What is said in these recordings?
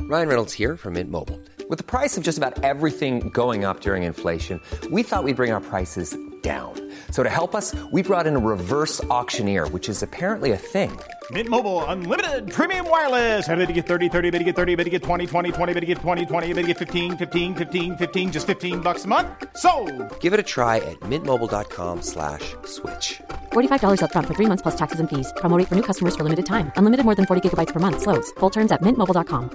Ryan Reynolds here from Mint Mobile. With the price of just about everything going up during inflation, we thought we'd bring our prices down. So to help us, we brought in a reverse auctioneer, which is apparently a thing. Mint Mobile Unlimited Premium Wireless. How to get 30, 30, bit to get 30, bit to get 20, 20, 20, bit to get 20, 20, bit to get 15, 15, 15, 15, just $15 a month? Sold! Give it a try at mintmobile.com/switch. $45 up front for 3 months plus taxes and fees. Promo rate for new customers for limited time. Unlimited more than 40 gigabytes per month. Slows full terms at mintmobile.com.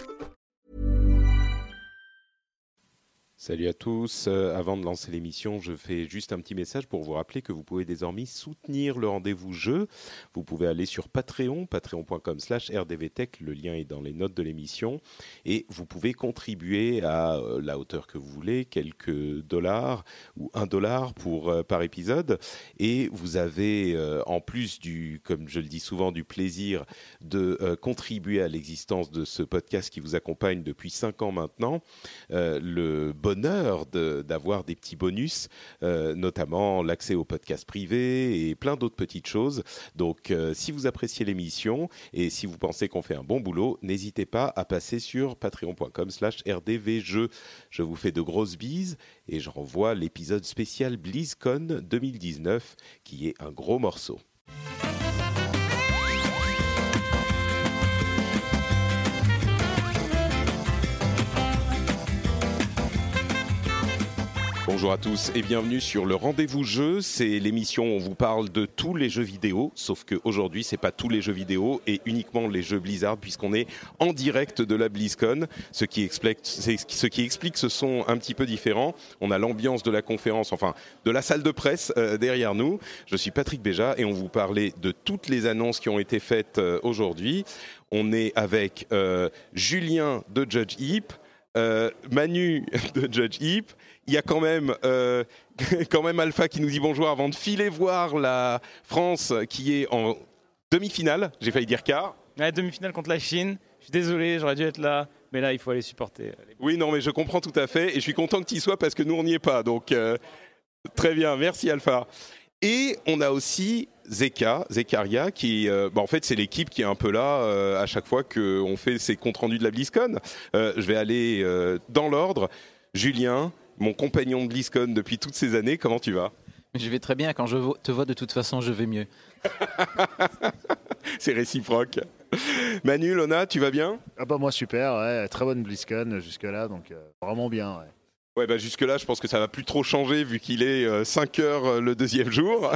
Salut à tous. Avant de lancer l'émission, je fais juste un petit message pour vous rappeler que vous pouvez désormais soutenir le rendez-vous jeu. Vous pouvez aller sur Patreon, patreon.com/rdvtech. Le lien est dans les notes de l'émission. Et vous pouvez contribuer à la hauteur que vous voulez, quelques dollars ou $1 par épisode. Et vous avez, en plus comme je le dis souvent, du plaisir de contribuer à l'existence de ce podcast qui vous accompagne depuis 5 ans maintenant, le bonheur d'avoir des petits bonus, notamment l'accès aux podcasts privés et plein d'autres petites choses. Donc, si vous appréciez l'émission et si vous pensez qu'on fait un bon boulot, n'hésitez pas à passer sur patreon.com/rdvjeux. Je vous fais de grosses bises et je renvoie l'épisode spécial BlizzCon 2019 qui est un gros morceau. Bonjour à tous et bienvenue sur le Rendez-vous Jeu. C'est l'émission où on vous parle de tous les jeux vidéo, sauf qu'aujourd'hui, c'est pas tous les jeux vidéo et uniquement les jeux Blizzard, puisqu'on est en direct de la BlizzCon, ce qui explique que ce sont un petit peu différents. On a l'ambiance de la conférence, enfin de la salle de presse derrière nous. Je suis Patrick Béja et on vous parlait de toutes les annonces qui ont été faites aujourd'hui. On est avec Julien de Judge Heap, Manu de Judge Heap. Il y a quand même Alpha qui nous dit bonjour avant de filer voir la France qui est en demi-finale. J'ai failli dire quart. Ouais, demi-finale contre la Chine. Je suis désolé, j'aurais dû être là. Mais là, il faut aller supporter. Oui, non, mais je comprends tout à fait. Et je suis content que tu y sois parce que nous, on n'y est pas. Donc, très bien. Merci, Alpha. Et on a aussi Zekaria, qui, en fait, c'est l'équipe qui est un peu là à chaque fois qu'on fait ces comptes rendus de la BlizzCon. Je vais aller dans l'ordre. Julien, mon compagnon de BlizzCon depuis toutes ces années, comment tu vas ? Je vais très bien, quand je te vois de toute façon, je vais mieux. C'est réciproque. Manu, Lona, tu vas bien ? Ah bah moi super, ouais, très bonne BlizzCon jusque-là, donc vraiment bien. Ouais. Ouais, bah jusque-là, je pense que ça va plus trop changer vu qu'il est 5 heures le deuxième jour.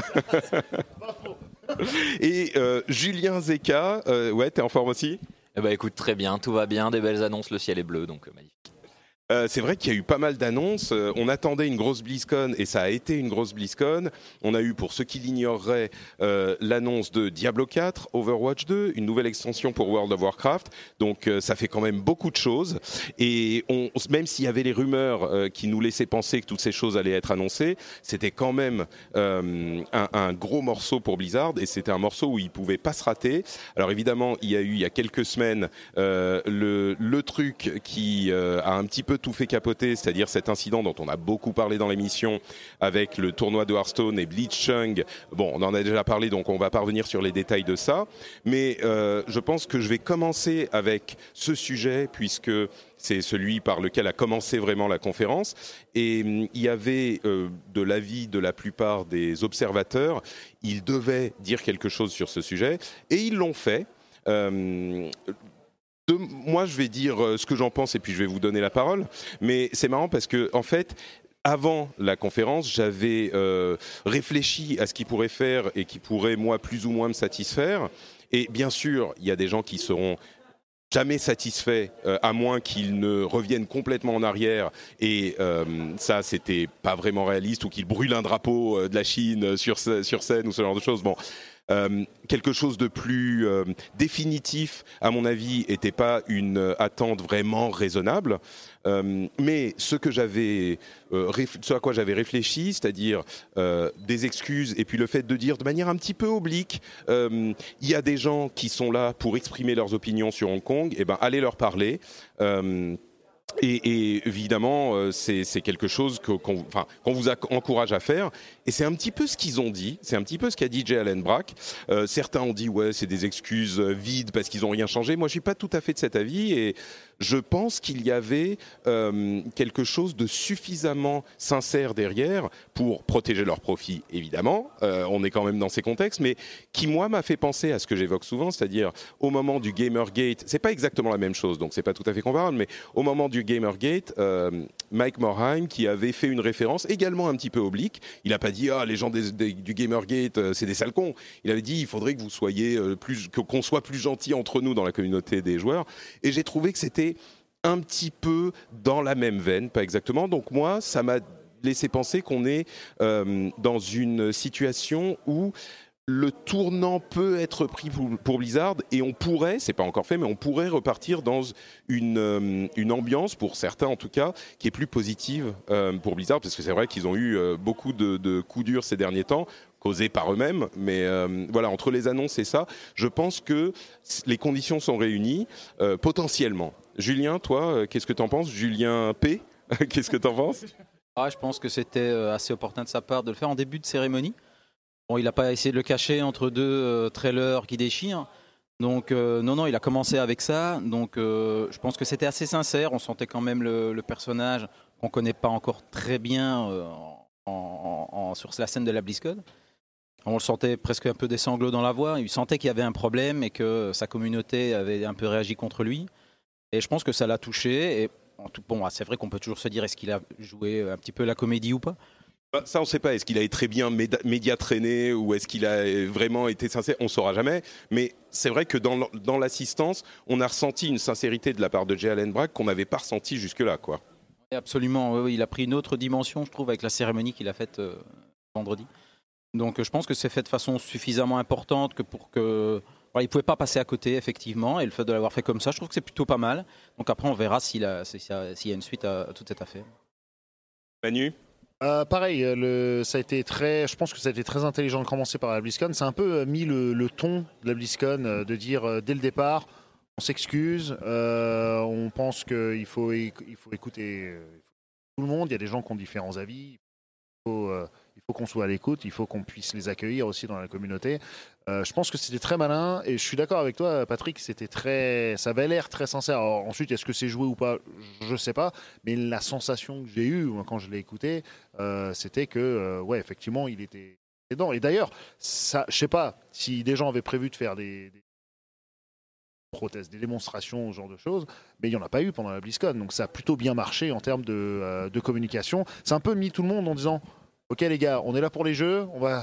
Et Julien Zeka, ouais, t'es en forme aussi ? Eh bah écoute, très bien, tout va bien, des belles annonces, le ciel est bleu, donc magnifique. C'est vrai qu'il y a eu pas mal d'annonces. On attendait une grosse BlizzCon et ça a été une grosse BlizzCon. On a eu, pour ceux qui l'ignoreraient, l'annonce de Diablo 4, Overwatch 2, une nouvelle extension pour World of Warcraft. Donc ça fait quand même beaucoup de choses. Et même s'il y avait les rumeurs qui nous laissaient penser que toutes ces choses allaient être annoncées, c'était quand même un gros morceau pour Blizzard et c'était un morceau où ils ne pouvaient pas se rater. Alors évidemment, il y a quelques semaines le truc qui a un petit peu tout fait capoter, c'est-à-dire cet incident dont on a beaucoup parlé dans l'émission avec le tournoi de Hearthstone et Blitzchung. Bon, on en a déjà parlé, donc on va pas revenir sur les détails de ça. Mais je pense que je vais commencer avec ce sujet, puisque c'est celui par lequel a commencé vraiment la conférence. Et il y avait, de l'avis de la plupart des observateurs, ils devaient dire quelque chose sur ce sujet, et ils l'ont fait. Moi, je vais dire ce que j'en pense et puis je vais vous donner la parole. Mais c'est marrant parce que, en fait, avant la conférence, j'avais réfléchi à ce qu'il pourrait faire et qui pourrait, moi, plus ou moins me satisfaire. Et bien sûr, il y a des gens qui seront jamais satisfaits, à moins qu'ils ne reviennent complètement en arrière. Et ça, c'était pas vraiment réaliste, ou qu'ils brûlent un drapeau de la Chine sur scène ou ce genre de choses. Bon. Quelque chose de plus définitif, à mon avis, n'était pas une attente vraiment raisonnable. Mais ce à quoi j'avais réfléchi, c'est-à-dire des excuses et puis le fait de dire de manière un petit peu oblique, il y a des gens qui sont là pour exprimer leurs opinions sur Hong Kong, et ben allez leur parler. Et évidemment, c'est quelque chose qu'on vous encourage à faire. Et c'est un petit peu ce qu'ils ont dit. C'est un petit peu ce qu'a dit Jay Allen Brack. Certains ont dit ouais, c'est des excuses vides parce qu'ils n'ont rien changé. Moi, je suis pas tout à fait de cet avis. Et je pense qu'il y avait quelque chose de suffisamment sincère derrière pour protéger leurs profits, évidemment. On est quand même dans ces contextes, mais qui, moi, m'a fait penser à ce que j'évoque souvent, c'est-à-dire au moment du Gamergate, c'est pas exactement la même chose, donc c'est pas tout à fait comparable, mais au moment du Gamergate, Mike Morhaime, qui avait fait une référence également un petit peu oblique, il n'a pas dit « Ah, les gens du Gamergate, c'est des sales cons ». Il avait dit « Il faudrait que vous soyez qu'on soit plus gentils entre nous dans la communauté des joueurs ». Et j'ai trouvé que c'était un petit peu dans la même veine, pas exactement. Donc moi, ça m'a laissé penser qu'on est dans une situation où le tournant peut être pris pour Blizzard et on pourrait, c'est pas encore fait, mais on pourrait repartir dans une ambiance, pour certains en tout cas, qui est plus positive pour Blizzard, parce que c'est vrai qu'ils ont eu beaucoup de coups durs ces derniers temps, causés par eux-mêmes, mais voilà, entre les annonces et ça, je pense que les conditions sont réunies, potentiellement. Julien, toi, qu'est-ce que t'en penses ? Julien P, qu'est-ce que t'en penses ? Je pense que c'était assez opportun de sa part de le faire en début de cérémonie. Bon, il n'a pas essayé de le cacher entre deux trailers qui déchirent. Donc non, il a commencé avec ça. Donc je pense que c'était assez sincère. On sentait quand même le personnage qu'on ne connaît pas encore très bien sur la scène de la BlizzCon. On le sentait presque un peu des sanglots dans la voix. Il sentait qu'il y avait un problème et que sa communauté avait un peu réagi contre lui. Et je pense que ça l'a touché. Et bon, c'est vrai qu'on peut toujours se dire est-ce qu'il a joué un petit peu la comédie ou pas ? Ça, on ne sait pas. Est-ce qu'il a été très bien média-traîné ou est-ce qu'il a vraiment été sincère ? On ne saura jamais. Mais c'est vrai que dans l'assistance, on a ressenti une sincérité de la part de Jay Allen Brack qu'on n'avait pas ressenti jusque-là, quoi. Absolument. Oui, il a pris une autre dimension, je trouve, avec la cérémonie qu'il a faite vendredi. Donc je pense que c'est fait de façon suffisamment importante que pour que... Voilà, il ne pouvait pas passer à côté, effectivement. Et le fait de l'avoir fait comme ça, je trouve que c'est plutôt pas mal. Donc après, on verra s'il y a une suite à toute cette affaire. Manu ? Pareil, je pense que ça a été très intelligent de commencer par la BlizzCon. C'est un peu mis le ton de la BlizzCon, de dire dès le départ, on s'excuse, on pense qu'il faut écouter tout le monde. Il y a des gens qui ont différents avis. Il faut qu'on soit à l'écoute, il faut qu'on puisse les accueillir aussi dans la communauté. Je pense que c'était très malin et je suis d'accord avec toi, Patrick, ça avait l'air très sincère. Alors, ensuite, est-ce que c'est joué ou pas ? Je ne sais pas, mais la sensation que j'ai eue quand je l'ai écouté, c'était que, ouais, effectivement, il était dedans. Et d'ailleurs, je ne sais pas si des gens avaient prévu de faire des protestes, des démonstrations, ce genre de choses, mais il n'y en a pas eu pendant la BlizzCon. Donc ça a plutôt bien marché en termes de communication. C'est un peu mis tout le monde en disant ok les gars, on est là pour les jeux, on va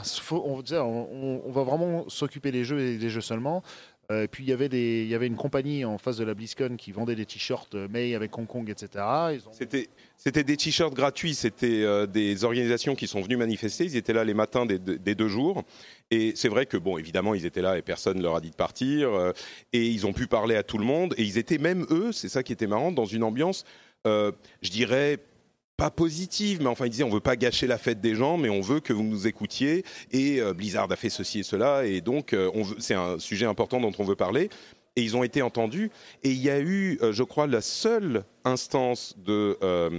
vraiment s'occuper des jeux et des jeux seulement. Et puis il y avait une compagnie en face de la BlizzCon qui vendait des t-shirts May avec Hong Kong, etc. C'était des t-shirts gratuits, c'était des organisations qui sont venues manifester, ils étaient là les matins des 2 jours. Et c'est vrai que, bon, évidemment, ils étaient là et personne ne leur a dit de partir. Et ils ont pu parler à tout le monde. Et ils étaient même, eux, c'est ça qui était marrant, dans une ambiance, je dirais, pas positive, mais enfin, ils disaient, on veut pas gâcher la fête des gens, mais on veut que vous nous écoutiez. Et Blizzard a fait ceci et cela. Et donc, c'est un sujet important dont on veut parler. Et ils ont été entendus. Et il y a eu, je crois, la seule instance de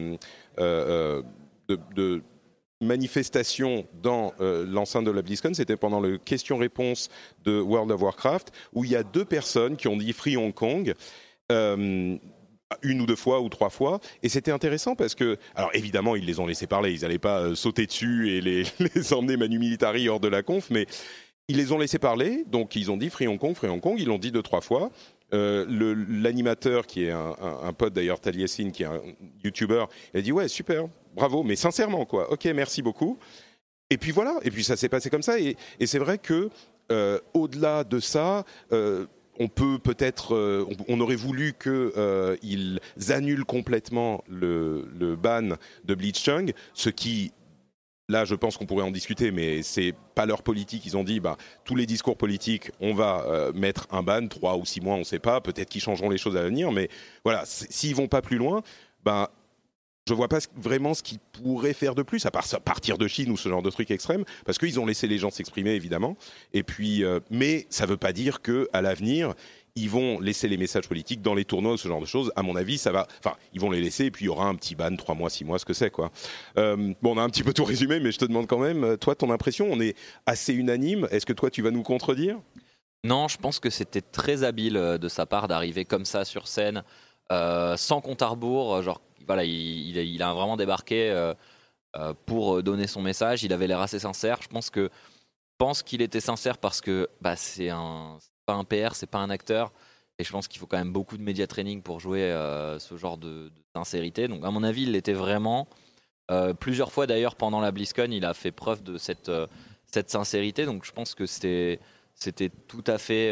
manifestation dans l'enceinte de la BlizzCon, c'était pendant le question-réponse de World of Warcraft, où il y a 2 personnes qui ont dit Free Hong Kong, 1 ou 2 fois ou 3 fois, et c'était intéressant parce que, alors évidemment, ils les ont laissés parler, ils n'allaient pas sauter dessus et les emmener Manu Militari hors de la conf, mais ils les ont laissés parler, donc ils ont dit Free Hong Kong, ils l'ont dit 2-3 fois. L'animateur qui est un pote d'ailleurs, Taliesin, qui est un YouTuber, il a dit ouais super, bravo, mais sincèrement quoi, ok merci beaucoup. Et puis voilà, et puis ça s'est passé comme ça, et c'est vrai que au-delà de ça, on peut-être, on aurait voulu qu'ils annulent complètement le ban de Blitzchung, ce qui là, je pense qu'on pourrait en discuter, mais c'est pas leur politique. Ils ont dit, tous les discours politiques, on va mettre un ban, 3 ou 6 mois, on ne sait pas. Peut-être qu'ils changeront les choses à l'avenir, mais voilà, s'ils vont pas plus loin, je vois pas vraiment ce qu'ils pourraient faire de plus, à part partir de Chine ou ce genre de trucs extrêmes, parce qu'ils ont laissé les gens s'exprimer, évidemment. Et puis, mais ça veut pas dire que à l'avenir, ils vont laisser les messages politiques dans les tournois, ce genre de choses. À mon avis, ça va. Enfin, ils vont les laisser et puis il y aura un petit ban, 3 mois, 6 mois, ce que c'est, quoi. Bon, on a un petit peu tout résumé, mais je te demande quand même, toi, ton impression, on est assez unanime. Est-ce que toi, tu vas nous contredire ? Non, je pense que c'était très habile de sa part d'arriver comme ça sur scène, sans compte à rebours. Genre, voilà, il a vraiment débarqué pour donner son message. Il avait l'air assez sincère. Je pense qu'il était sincère parce que c'est pas un PR, c'est pas un acteur. Et je pense qu'il faut quand même beaucoup de média training pour jouer ce genre de sincérité. Donc, à mon avis, il l'était vraiment. Plusieurs fois, d'ailleurs, pendant la BlizzCon, il a fait preuve de cette sincérité. Donc, je pense que c'était tout à fait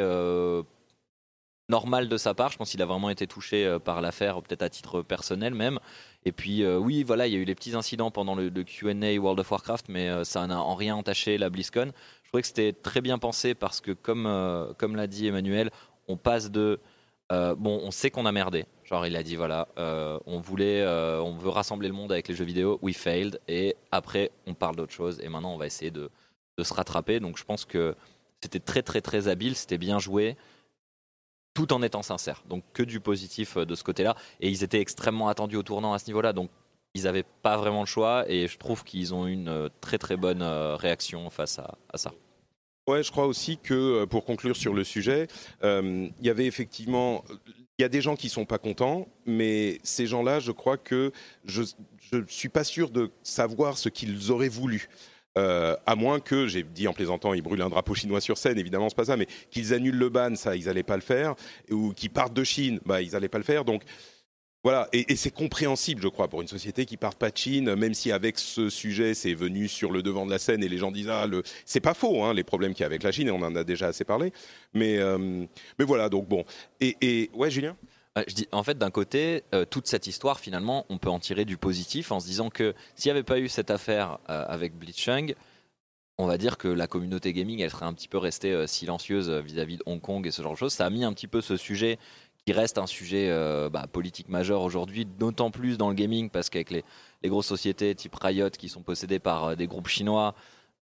normal de sa part. Je pense qu'il a vraiment été touché par l'affaire, peut-être à titre personnel même. Et puis, oui, voilà, il y a eu les petits incidents pendant le Q&A World of Warcraft, mais ça n'a en rien entaché la BlizzCon. Je trouvais que c'était très bien pensé parce que, comme l'a dit Emmanuel, on passe de... on sait qu'on a merdé. Genre, il a dit, voilà, on veut rassembler le monde avec les jeux vidéo, we failed, et après, on parle d'autre chose, et maintenant, on va essayer de se rattraper. Donc, je pense que c'était très, très, très habile, c'était bien joué, tout en étant sincère. Donc, que du positif de ce côté-là. Et ils étaient extrêmement attendus au tournant à ce niveau-là, donc ils n'avaient pas vraiment le choix, et je trouve qu'ils ont eu une très, très bonne réaction face à ça. Ouais, je crois aussi que, pour conclure sur le sujet, il y avait effectivement... Il y a des gens qui ne sont pas contents, mais ces gens-là, je crois que je ne suis pas sûr de savoir ce qu'ils auraient voulu. À moins que, j'ai dit en plaisantant, ils brûlent un drapeau chinois sur scène, évidemment, c'est pas ça, mais qu'ils annulent le ban, ça, ils n'allaient pas le faire, ou qu'ils partent de Chine, ils n'allaient pas le faire, donc... Voilà, et c'est compréhensible, je crois, pour une société qui part pas de Chine, même si avec ce sujet, c'est venu sur le devant de la scène et les gens disent c'est pas faux, hein, les problèmes qu'il y a avec la Chine, et on en a déjà assez parlé. Mais voilà, donc bon. Et ouais, Julien ? Je dis, en fait, d'un côté, toute cette histoire, finalement, on peut en tirer du positif en se disant que s'il n'y avait pas eu cette affaire avec Blitzchung, on va dire que la communauté gaming, elle serait un petit peu restée silencieuse vis-à-vis de Hong Kong et ce genre de choses. Ça a mis un petit peu ce sujet qui reste un sujet politique majeur aujourd'hui, d'autant plus dans le gaming, parce qu'avec les grosses sociétés type Riot qui sont possédées par des groupes chinois,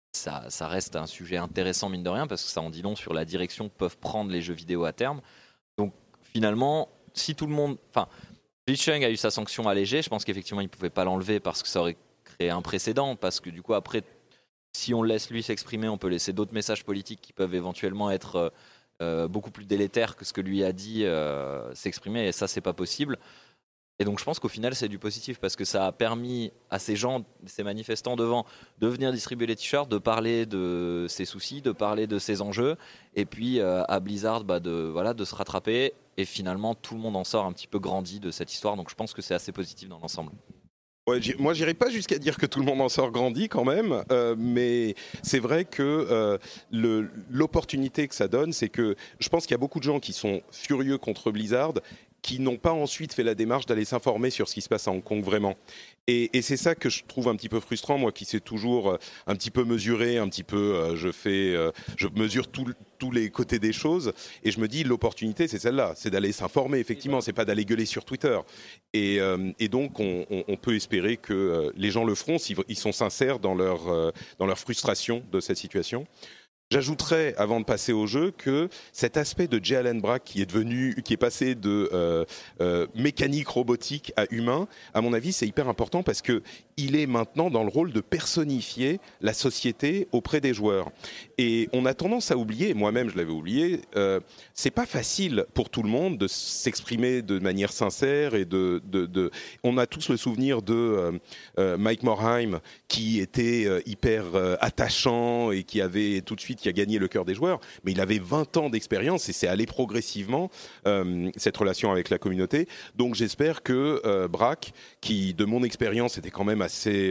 ça reste un sujet intéressant mine de rien, parce que ça en dit long sur la direction que peuvent prendre les jeux vidéo à terme. Donc finalement, si tout le monde... Enfin, Blitzchung a eu sa sanction allégée, je pense qu'effectivement il ne pouvait pas l'enlever parce que ça aurait créé un précédent, parce que du coup après, si on laisse lui s'exprimer, on peut laisser d'autres messages politiques qui peuvent éventuellement être... beaucoup plus délétère que ce que lui a dit s'exprimer, et ça c'est pas possible. Et donc je pense qu'au final c'est du positif parce que ça a permis à ces gens, ces manifestants devant, de venir distribuer les t-shirts, de parler de ses soucis, de parler de ses enjeux, et puis à Blizzard de se rattraper, et finalement tout le monde en sort un petit peu grandi de cette histoire, donc je pense que c'est assez positif dans l'ensemble. Ouais, moi, j'irai pas jusqu'à dire que tout le monde en sort grandi quand même, mais c'est vrai que l'opportunité que ça donne, c'est que je pense qu'il y a beaucoup de gens qui sont furieux contre Blizzard, qui n'ont pas ensuite fait la démarche d'aller s'informer sur ce qui se passe à Hong Kong vraiment. Et c'est ça que je trouve un petit peu frustrant, moi qui sais toujours un petit peu mesurer, un petit peu, je mesure tous les côtés des choses, et je me dis l'opportunité c'est celle-là, c'est d'aller s'informer effectivement, c'est pas d'aller gueuler sur Twitter. Et donc on peut espérer que les gens le feront s'ils sont sincères dans leur frustration de cette situation. J'ajouterais, avant de passer au jeu, que cet aspect de J. Allen Brack qui est passé de mécanique robotique à humain, à mon avis, c'est hyper important parce que il est maintenant dans le rôle de personnifier la société auprès des joueurs. Et on a tendance à oublier, moi-même je l'avais oublié, c'est pas facile pour tout le monde de s'exprimer de manière sincère et on a tous le souvenir de Mike Morhaime qui était hyper attachant et qui avait tout de suite qui a gagné le cœur des joueurs, mais il avait 20 ans d'expérience et c'est allé progressivement cette relation avec la communauté. Donc j'espère que Brack, qui de mon expérience était quand même assez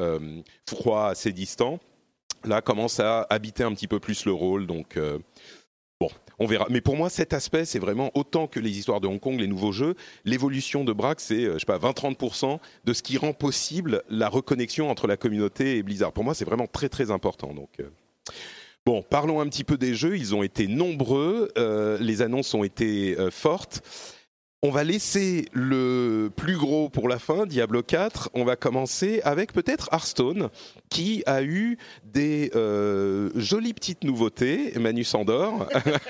froid, assez distant, là commence à habiter un petit peu plus le rôle. Donc bon, on verra. Mais pour moi, cet aspect, c'est vraiment autant que les histoires de Hong Kong, les nouveaux jeux, l'évolution de Brack, c'est 20-30% de ce qui rend possible la reconnexion entre la communauté et Blizzard. Pour moi, c'est vraiment très très important. Donc bon, parlons un petit peu des jeux. Ils ont été nombreux, les annonces ont été fortes. On va laisser le plus gros pour la fin, Diablo 4. On va commencer avec peut-être Hearthstone, qui a eu des jolies petites nouveautés. Manu s'endort.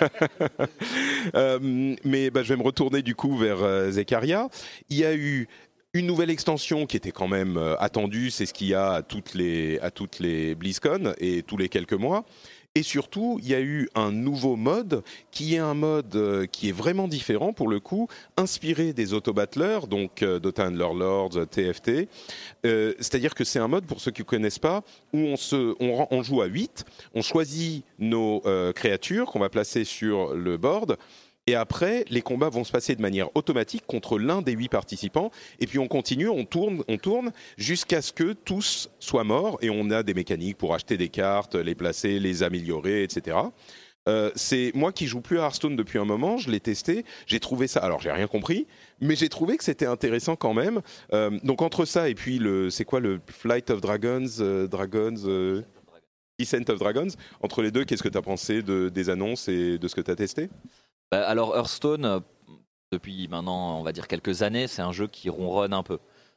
Mais je vais me retourner du coup vers Zekaria. Il y a eu une nouvelle extension qui était quand même attendue. C'est ce qu'il y a à toutes les BlizzCon et tous les quelques mois. Et surtout, il y a eu un nouveau mode qui est un mode qui est vraiment différent pour le coup, inspiré des auto-battleurs, donc Dota and Warlords, TFT. C'est-à-dire que c'est un mode, pour ceux qui ne connaissent pas, où on joue à 8, on choisit nos créatures qu'on va placer sur le board. Et après, les combats vont se passer de manière automatique contre l'un des 8 participants. Et puis on continue, on tourne, jusqu'à ce que tous soient morts. Et on a des mécaniques pour acheter des cartes, les placer, les améliorer, etc. C'est moi qui joue plus à Hearthstone depuis un moment, je l'ai testé, j'ai trouvé ça, alors j'ai rien compris, mais j'ai trouvé que c'était intéressant quand même. Donc entre ça et puis c'est quoi le Flight of Dragons, Descent of Dragons, entre les deux, qu'est-ce que tu as pensé des annonces et de ce que tu as testé ? Alors Hearthstone, depuis maintenant on va dire quelques années, c'est un jeu qui ronronne un peu.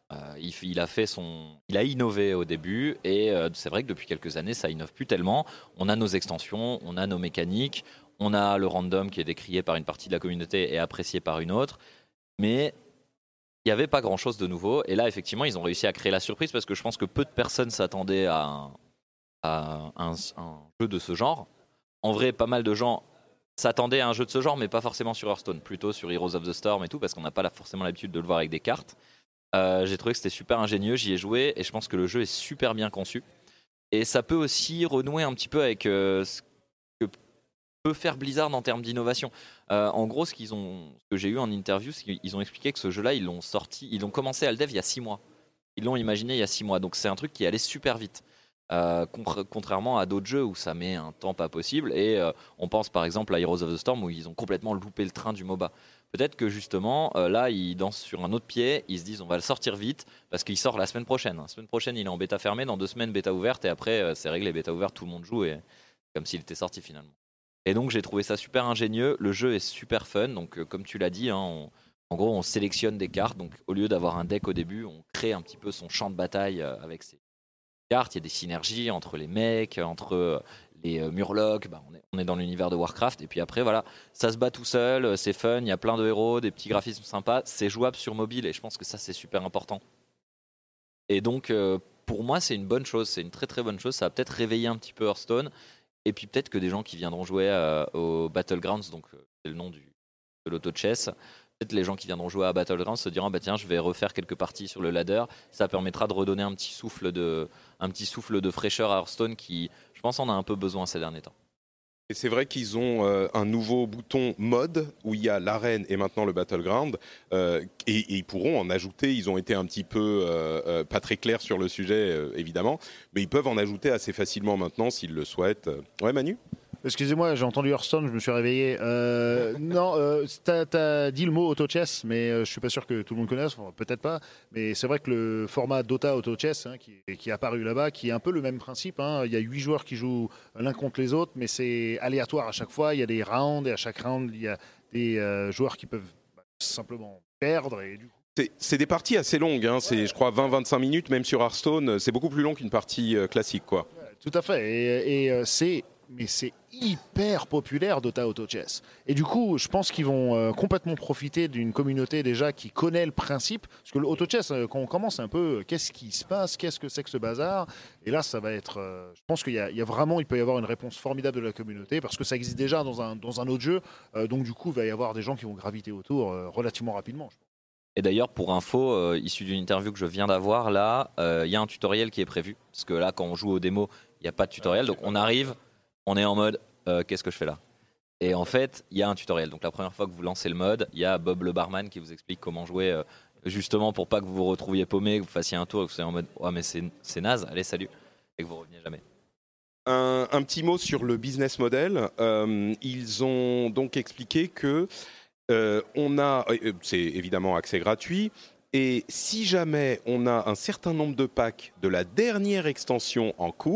Il a innové au début et c'est vrai que depuis quelques années ça innove plus tellement. On a nos extensions, on a nos mécaniques, on a le random qui est décrié par une partie de la communauté et apprécié par une autre, mais il n'y avait pas grand chose de nouveau. Et là effectivement ils ont réussi à créer la surprise parce que je pense que peu de personnes s'attendaient à un jeu de ce genre. En vrai, pas mal de gens s'attendaient à un jeu de ce genre, mais pas forcément sur Hearthstone, plutôt sur Heroes of the Storm et tout, parce qu'on n'a pas forcément l'habitude de le voir avec des cartes. J'ai trouvé que c'était super ingénieux, j'y ai joué, et je pense que le jeu est super bien conçu. Et ça peut aussi renouer un petit peu avec ce que peut faire Blizzard en termes d'innovation. En gros, ce que j'ai eu en interview, c'est qu'ils ont expliqué que ce jeu-là, ils l'ont commencé à le dev il y a 6 mois. Ils l'ont imaginé il y a 6 mois, donc c'est un truc qui allait super vite. Contrairement à d'autres jeux où ça met un temps pas possible et on pense par exemple à Heroes of the Storm où ils ont complètement loupé le train du MOBA. Peut-être que justement là ils dansent sur un autre pied, ils se disent on va le sortir vite parce qu'il sort la semaine prochaine. La semaine prochaine il est en bêta fermée, dans 2 semaines bêta ouverte et après c'est réglé, bêta ouverte tout le monde joue et comme s'il était sorti finalement. Et donc j'ai trouvé ça super ingénieux, le jeu est super fun, donc comme tu l'as dit en gros on sélectionne des cartes, donc au lieu d'avoir un deck au début on crée un petit peu son champ de bataille avec ses cartes, il y a des synergies entre les mecs, entre les murlocs, on est dans l'univers de Warcraft, et puis après voilà, ça se bat tout seul, c'est fun, il y a plein de héros, des petits graphismes sympas, c'est jouable sur mobile, et je pense que ça c'est super important. Et donc pour moi c'est une bonne chose, c'est une très très bonne chose, ça va peut-être réveiller un petit peu Hearthstone, et puis peut-être que des gens qui viendront jouer au Battlegrounds, donc c'est le nom de l'auto-chess, peut-être les gens qui viendront jouer à Battlegrounds se diront tiens je vais refaire quelques parties sur le ladder, ça permettra de redonner un petit souffle de fraîcheur à Hearthstone qui je pense en a un peu besoin ces derniers temps. Et c'est vrai qu'ils ont un nouveau bouton mode où il y a l'arène et maintenant le battleground et ils pourront en ajouter, ils ont été un petit peu pas très clairs sur le sujet évidemment, mais ils peuvent en ajouter assez facilement maintenant s'ils le souhaitent. Ouais Manu ? Excusez-moi, j'ai entendu Hearthstone, je me suis réveillé. Non, t'as dit le mot auto-chess, mais je suis pas sûr que tout le monde connaisse, enfin, peut-être pas. Mais c'est vrai que le format Dota auto-chess, qui est apparu là-bas, qui est un peu le même principe. Il y a 8 joueurs qui jouent l'un contre les autres, mais c'est aléatoire à chaque fois. Il y a des rounds et à chaque round, il y a des joueurs qui peuvent simplement perdre. Et du coup, c'est des parties assez longues, c'est je crois 20-25 minutes, même sur Hearthstone, c'est beaucoup plus long qu'une partie classique, quoi. Tout à fait, mais c'est hyper populaire Dota Auto Chess. Et du coup, je pense qu'ils vont complètement profiter d'une communauté déjà qui connaît le principe. Parce que le Auto Chess, quand on commence un peu, qu'est-ce qui se passe, qu'est-ce que c'est que ce bazar ? Et là, ça va être. Je pense qu'il y a vraiment, il peut y avoir une réponse formidable de la communauté parce que ça existe déjà dans un autre jeu. Donc du coup, il va y avoir des gens qui vont graviter autour relativement rapidement. Je pense. Et d'ailleurs, pour info, issu d'une interview que je viens d'avoir, là, il y a un tutoriel qui est prévu. Parce que là, quand on joue aux démos, il n'y a pas de tutoriel. Donc on arrive. On est en mode qu'est-ce que je fais là ? Et en fait, il y a un tutoriel. Donc la première fois que vous lancez le mode, il y a Bob le barman qui vous explique comment jouer justement pour pas que vous vous retrouviez paumé, que vous fassiez un tour et que vous soyez en mode mais c'est naze, allez salut, et que vous reveniez jamais. Un petit mot sur le business model. Ils ont donc expliqué que c'est évidemment accès gratuit. Et si jamais on a un certain nombre de packs de la dernière extension en cours,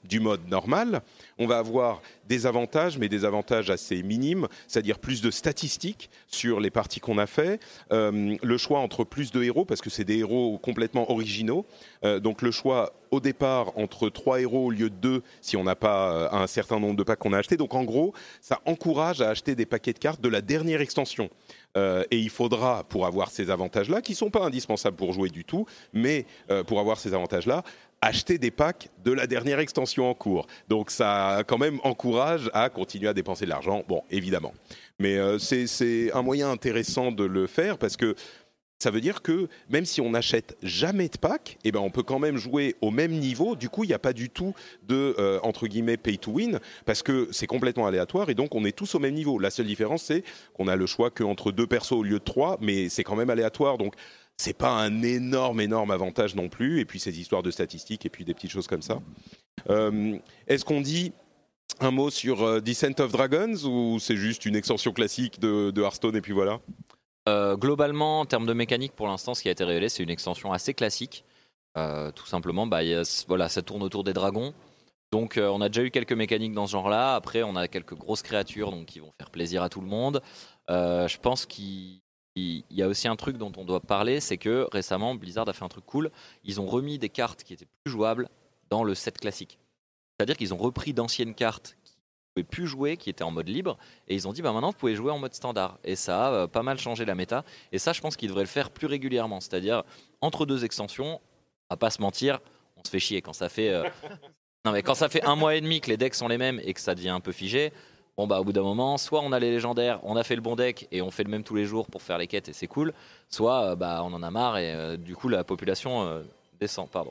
du mode normal. On va avoir des avantages, mais des avantages assez minimes, c'est-à-dire plus de statistiques sur les parties qu'on a fait, le choix entre plus de héros, parce que c'est des héros complètement originaux, donc le choix au départ entre 3 héros au lieu de 2 si on n'a pas un certain nombre de packs qu'on a achetés. Donc en gros, ça encourage à acheter des paquets de cartes de la dernière extension. Et il faudra, pour avoir ces avantages-là, qui ne sont pas indispensables pour jouer du tout, mais pour avoir ces avantages-là, acheter des packs de la dernière extension en cours. Donc ça quand même encourage à continuer à dépenser de l'argent, bon, évidemment. Mais c'est un moyen intéressant de le faire parce que ça veut dire que même si on n'achète jamais de pack, eh ben on peut quand même jouer au même niveau. Du coup, il n'y a pas du tout de, entre guillemets, pay to win, parce que c'est complètement aléatoire et donc on est tous au même niveau. La seule différence, c'est qu'on a le choix qu'entre 2 persos au lieu de 3, mais c'est quand même aléatoire. Donc, c'est pas un énorme avantage non plus. Et puis, ces histoires de statistiques et puis des petites choses comme ça. Est-ce qu'on dit un mot sur Descent of Dragons ou c'est juste une extension classique de Hearthstone et puis voilà ? Globalement, en termes de mécanique, pour l'instant, ce qui a été révélé, c'est une extension assez classique. Tout simplement, voilà, ça tourne autour des dragons. Donc, on a déjà eu quelques mécaniques dans ce genre-là. Après, on a quelques grosses créatures donc, qui vont faire plaisir à tout le monde. Je pense qu'il y a aussi un truc dont on doit parler, c'est que récemment, Blizzard a fait un truc cool. Ils ont remis des cartes qui étaient plus jouables dans le set classique. C'est-à-dire qu'ils ont repris d'anciennes cartes qui ne pouvaient plus jouer, qui étaient en mode libre, et ils ont dit maintenant vous pouvez jouer en mode standard. Et ça a pas mal changé la méta. Et ça, je pense qu'ils devraient le faire plus régulièrement. C'est-à-dire, entre 2 extensions, on va pas se mentir, on se fait chier quand ça fait... Non, mais quand ça fait 1 mois et demi que les decks sont les mêmes et que ça devient un peu figé, bon bah au bout d'un moment, soit on a les légendaires, on a fait le bon deck et on fait le même tous les jours pour faire les quêtes et c'est cool, soit on en a marre et du coup la population descend. Pardon.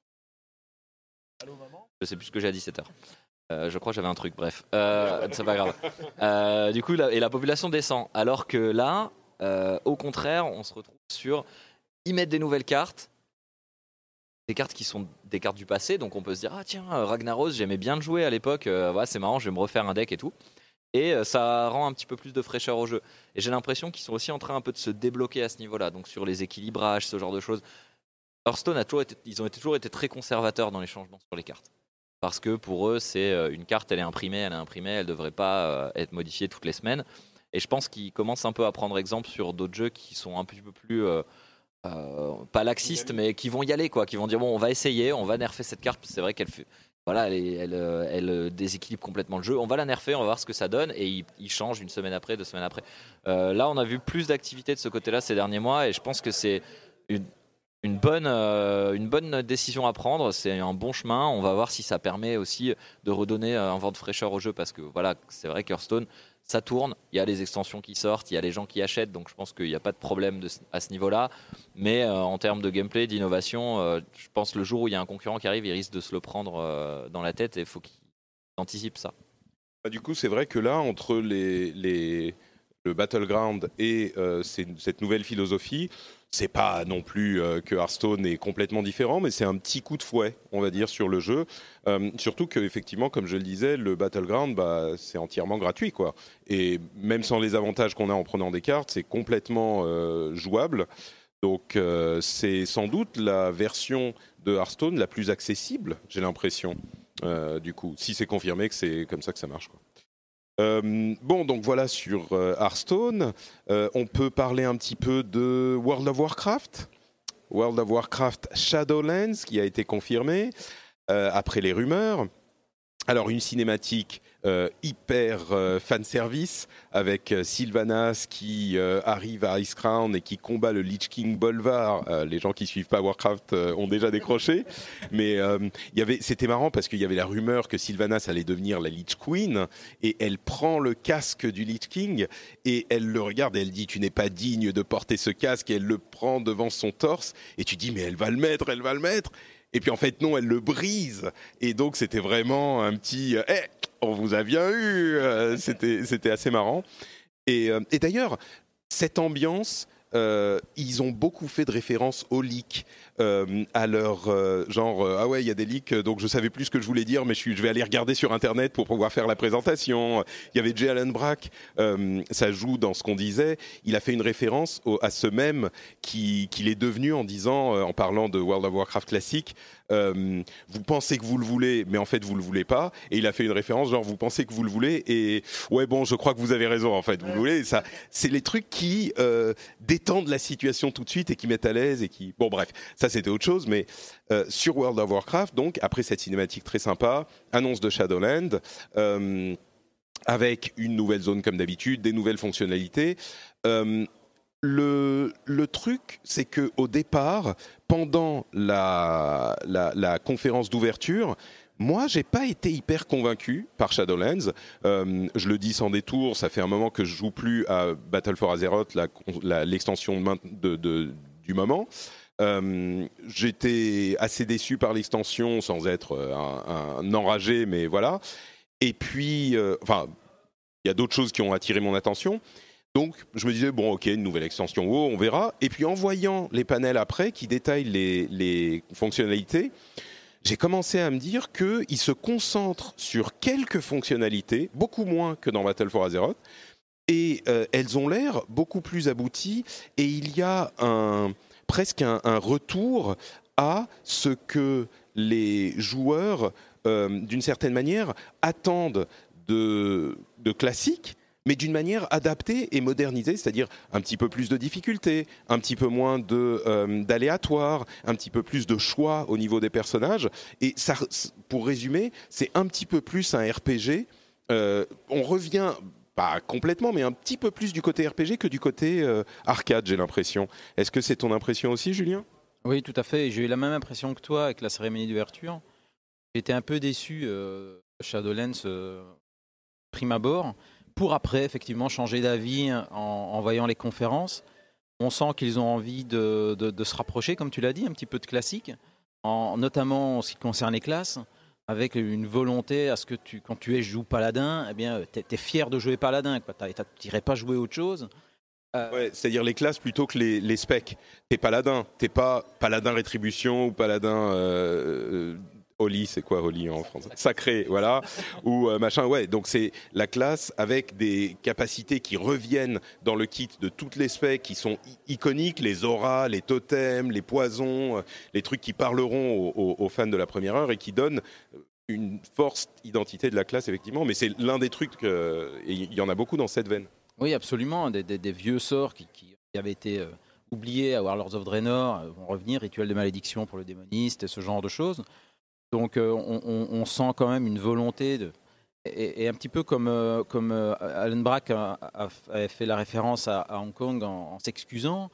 Allô maman ? Je sais plus ce que j'ai à 17h. Je crois que j'avais un truc, bref. C'est pas grave. Du coup, la population descend. Alors que là, au contraire, on se retrouve sur... Ils mettent des nouvelles cartes. Des cartes qui sont des cartes du passé, donc on peut se dire ah tiens Ragnaros j'aimais bien le jouer à l'époque, c'est marrant, je vais me refaire un deck et tout, et ça rend un petit peu plus de fraîcheur au jeu. Et j'ai l'impression qu'ils sont aussi en train un peu de se débloquer à ce niveau-là, donc sur les équilibrages, ce genre de choses. Hearthstone ils ont toujours été très conservateurs dans les changements sur les cartes, parce que pour eux c'est une carte, elle est imprimée, elle devrait pas être modifiée toutes les semaines. Et je pense qu'ils commencent un peu à prendre exemple sur d'autres jeux qui sont un petit peu plus pas laxistes, mais qui vont y aller, quoi, qui vont dire bon, on va essayer, on va nerfer cette carte. C'est vrai qu'elle fait, voilà, elle déséquilibre complètement le jeu. On va la nerfer, on va voir ce que ça donne, et il change 1 semaine après, 2 semaines après. Là, on a vu plus d'activité de ce côté-là ces derniers mois, et je pense que c'est une bonne décision à prendre. C'est un bon chemin. On va voir si ça permet aussi de redonner un vent de fraîcheur au jeu, parce que voilà, c'est vrai qu'Hearthstone, ça tourne, il y a les extensions qui sortent, il y a les gens qui achètent, donc je pense qu'il n'y a pas de problème à ce niveau-là. Mais en termes de gameplay, d'innovation, je pense que le jour où il y a un concurrent qui arrive, il risque de se le prendre dans la tête, et il faut qu'il anticipe ça. Du coup, c'est vrai que là, entre le Battleground et cette nouvelle philosophie, c'est pas non plus que Hearthstone est complètement différent, mais c'est un petit coup de fouet, on va dire, sur le jeu. Surtout qu'effectivement, comme je le disais, le Battleground, c'est entièrement gratuit, quoi. Et même sans les avantages qu'on a en prenant des cartes, c'est complètement jouable. Donc, c'est sans doute la version de Hearthstone la plus accessible, j'ai l'impression, du coup, si c'est confirmé que c'est comme ça que ça marche, quoi. Bon, donc voilà sur Hearthstone. On peut parler un petit peu de World of Warcraft. World of Warcraft Shadowlands qui a été confirmé après les rumeurs. Alors une cinématique hyper fanservice avec Sylvanas qui arrive à Icecrown et qui combat le Lich King Bolvar. Les gens qui suivent pas Warcraft ont déjà décroché. Mais c'était marrant parce qu'il y avait la rumeur que Sylvanas allait devenir la Lich Queen et elle prend le casque du Lich King et elle le regarde et elle dit « Tu n'es pas digne de porter ce casque » et elle le prend devant son torse et tu dis « Mais elle va le mettre !» Et puis en fait non, elle le brise. Et donc c'était vraiment un petit on vous a bien eu. C'était assez marrant. Et d'ailleurs, cette ambiance, ils ont beaucoup fait de références aux leaks, à leur ah ouais, il y a des leaks, donc je savais plus ce que je voulais dire, mais je vais aller regarder sur Internet pour pouvoir faire la présentation. Il y avait J. Allen Brack, ça joue dans ce qu'on disait. Il a fait une référence à ce mème qu'il est devenu en disant, en parlant de World of Warcraft classique. Vous pensez que vous le voulez, mais en fait vous le voulez pas. Et il a fait une référence genre vous pensez que vous le voulez et ouais bon je crois que vous avez raison en fait vous le voulez. Ça c'est les trucs qui détendent la situation tout de suite et qui mettent à l'aise et qui bon bref ça c'était autre chose. Mais sur World of Warcraft donc après cette cinématique très sympa, annonce de Shadowlands. Avec une nouvelle zone comme d'habitude, des nouvelles fonctionnalités. Le truc, c'est que au départ, pendant la conférence d'ouverture, moi, j'ai pas été hyper convaincu par Shadowlands. Je le dis sans détour, ça fait un moment que je joue plus à Battle for Azeroth, l'extension du moment. J'étais assez déçu par l'extension, sans être un enragé, mais voilà. Et puis, il y a d'autres choses qui ont attiré mon attention. Donc, je me disais, bon, ok, une nouvelle extension, on verra. Et puis, en voyant les panels après, qui détaillent les fonctionnalités, j'ai commencé à me dire qu'ils se concentrent sur quelques fonctionnalités, beaucoup moins que dans Battle for Azeroth, et elles ont l'air beaucoup plus abouties, et il y a presque un retour à ce que les joueurs, d'une certaine manière, attendent de classique, mais d'une manière adaptée et modernisée, c'est-à-dire un petit peu plus de difficultés, un petit peu moins d'aléatoire, un petit peu plus de choix au niveau des personnages. Et ça, pour résumer, c'est un petit peu plus un RPG. On revient, pas complètement, mais un petit peu plus du côté RPG que du côté arcade, j'ai l'impression. Est-ce que c'est ton impression aussi, Julien ? Oui, tout à fait. J'ai eu la même impression que toi avec la cérémonie d'ouverture. J'étais un peu déçu Shadowlands prime abord. Pour après, effectivement, changer d'avis en voyant les conférences. On sent qu'ils ont envie de se rapprocher, comme tu l'as dit, un petit peu de classique, notamment en ce qui concerne les classes, avec une volonté à ce que quand tu joues paladin, eh bien, tu es fier de jouer paladin. Tu n'irais pas jouer autre chose. Ouais, c'est-à-dire les classes plutôt que les specs. T'es paladin, t'es pas paladin rétribution ou paladin... Holy, c'est quoi Holy en français ? Sacré, voilà, ou machin, ouais. Donc c'est la classe avec des capacités qui reviennent dans le kit de toutes les specs qui sont iconiques, les auras, les totems, les poisons, les trucs qui parleront aux fans de la première heure et qui donnent une force identité de la classe, effectivement. Mais c'est l'un des trucs, et il y en a beaucoup dans cette veine. Oui, absolument, des vieux sorts qui avaient été oubliés à Warlords of Draenor vont revenir, rituel de malédiction pour le démoniste et ce genre de choses. Donc on sent quand même une volonté et un petit peu comme Allen Brack avait fait la référence à Hong Kong en s'excusant,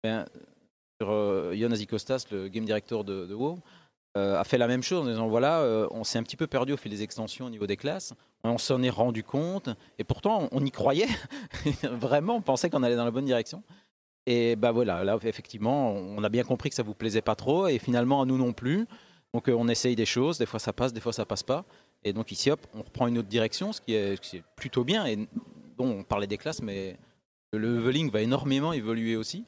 sur Jon Azikostas, le game director de WoW, a fait la même chose en disant voilà, on s'est un petit peu perdu au fil des extensions au niveau des classes, on s'en est rendu compte et pourtant on y croyait, vraiment on pensait qu'on allait dans la bonne direction. Et voilà, là effectivement on a bien compris que ça vous plaisait pas trop et finalement à nous non plus. Donc on essaye des choses, des fois ça passe, des fois ça passe pas. Et donc ici, hop, on reprend une autre direction, ce qui est plutôt bien. Et bon, on parlait des classes, mais le leveling va énormément évoluer aussi.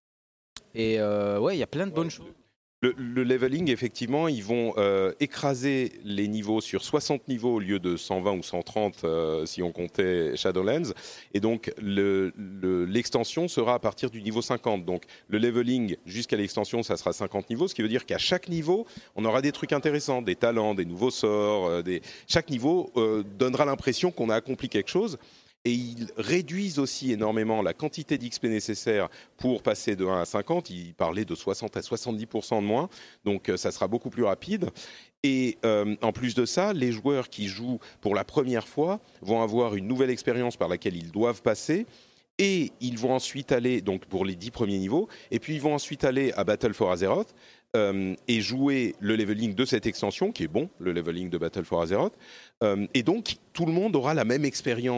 Et ouais, il y a plein de bonnes choses. Le leveling, effectivement, ils vont écraser les niveaux sur 60 niveaux au lieu de 120 ou 130 si on comptait Shadowlands. Et donc, l'extension sera à partir du niveau 50. Donc, le leveling jusqu'à l'extension, ça sera 50 niveaux, ce qui veut dire qu'à chaque niveau, on aura des trucs intéressants, des talents, des nouveaux sorts. Chaque niveau donnera l'impression qu'on a accompli quelque chose. Et ils réduisent aussi énormément la quantité d'XP nécessaire pour passer de 1 à 50. Ils parlaient de 60 à 70% de moins. Donc, ça sera beaucoup plus rapide. Et en plus de ça, les joueurs qui jouent pour la première fois vont avoir une nouvelle expérience par laquelle ils doivent passer. Et ils vont ensuite aller, donc pour les 10 premiers niveaux, et puis ils vont ensuite aller à Battle for Azeroth et jouer le leveling de cette extension, qui est bon, le leveling de Battle for Azeroth. Et donc, tout le monde aura la même expérience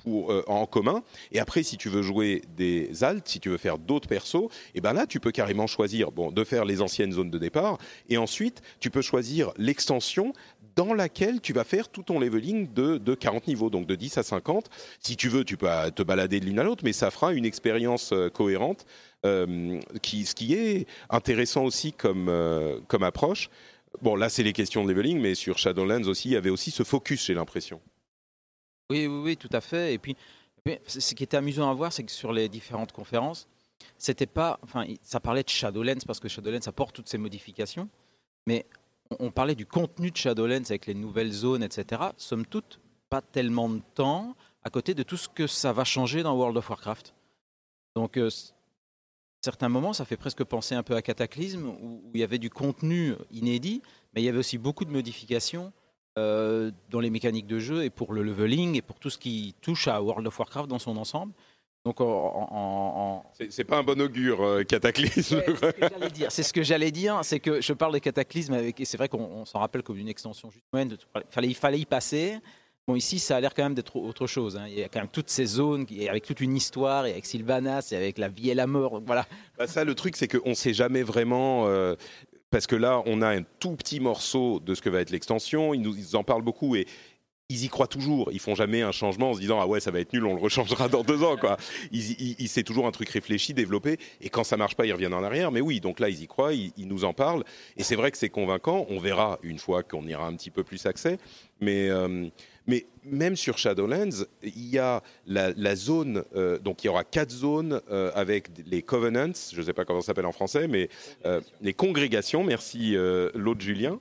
en commun. Et après, si tu veux jouer des alts, si tu veux faire d'autres persos, et ben là, tu peux carrément choisir de faire les anciennes zones de départ. Et ensuite, tu peux choisir l'extension dans laquelle tu vas faire tout ton leveling de 40 niveaux, donc de 10 à 50. Si tu veux, tu peux te balader de l'une à l'autre, mais ça fera une expérience cohérente, ce qui est intéressant aussi comme approche. Bon, là, c'est les questions de leveling, mais sur Shadowlands aussi, il y avait aussi ce focus, j'ai l'impression. Oui, tout à fait. Et puis, ce qui était amusant à voir, c'est que sur les différentes conférences, c'était pas, ça parlait de Shadowlands parce que Shadowlands apporte toutes ces modifications, mais on parlait du contenu de Shadowlands avec les nouvelles zones, etc. Somme toute, pas tellement de temps à côté de tout ce que ça va changer dans World of Warcraft. Donc, certains moments, ça fait presque penser un peu à Cataclysme, où il y avait du contenu inédit, mais il y avait aussi beaucoup de modifications dans les mécaniques de jeu et pour le leveling et pour tout ce qui touche à World of Warcraft dans son ensemble. Donc, c'est pas un bon augure, Cataclysme. Ouais, c'est ce que j'allais dire. C'est que je parle de Cataclysme et c'est vrai qu'on s'en rappelle comme une extension juste moyenne. Il fallait y passer. Bon, ici, ça a l'air quand même d'être autre chose. Il y a quand même toutes ces zones avec toute une histoire, et avec Sylvanas, et avec la vie et la mort. Voilà. Bah ça, le truc, c'est qu'on ne sait jamais vraiment. Parce que là, on a un tout petit morceau de ce que va être l'extension. Ils en parlent beaucoup et ils y croient toujours. Ils font jamais un changement en se disant ah ouais, ça va être nul, on le rechangera dans 2 ans, quoi. C'est toujours un truc réfléchi, développé, et quand ça marche pas, ils reviennent en arrière. Mais oui, donc là, ils y croient, ils nous en parlent, et c'est vrai que c'est convaincant. On verra une fois qu'on ira un petit peu plus accès, mais même sur Shadowlands, il y a la zone, donc il y aura 4 zones avec les Covenants, je ne sais pas comment ça s'appelle en français, mais les congrégations, merci l'autre Julien.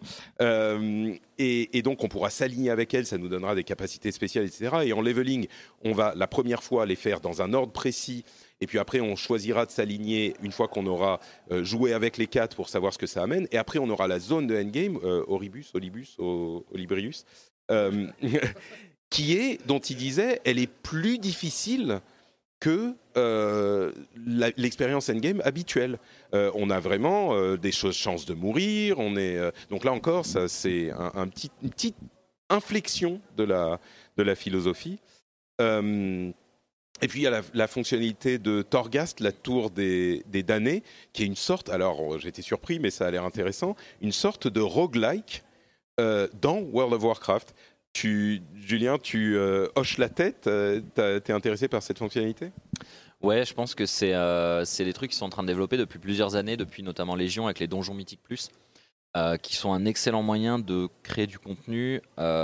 Et donc on pourra s'aligner avec elles, ça nous donnera des capacités spéciales, etc. Et en leveling, on va la première fois les faire dans un ordre précis, et puis après on choisira de s'aligner une fois qu'on aura joué avec les 4 pour savoir ce que ça amène. Et après on aura la zone de endgame, Olibrius, dont il disait, elle est plus difficile que l'expérience endgame habituelle. On a vraiment des chances de mourir. Donc là encore, ça, c'est une petite inflexion de la philosophie. Et puis il y a la fonctionnalité de Torghast, la tour des damnés, qui est une sorte, alors j'étais surpris, mais ça a l'air intéressant, une sorte de roguelike dans World of Warcraft. Julien, tu hoches la tête. T'es intéressé par cette fonctionnalité ? Ouais, je pense que c'est des trucs qui sont en train de développer depuis plusieurs années, depuis notamment Légion avec les donjons mythiques plus, qui sont un excellent moyen de créer du contenu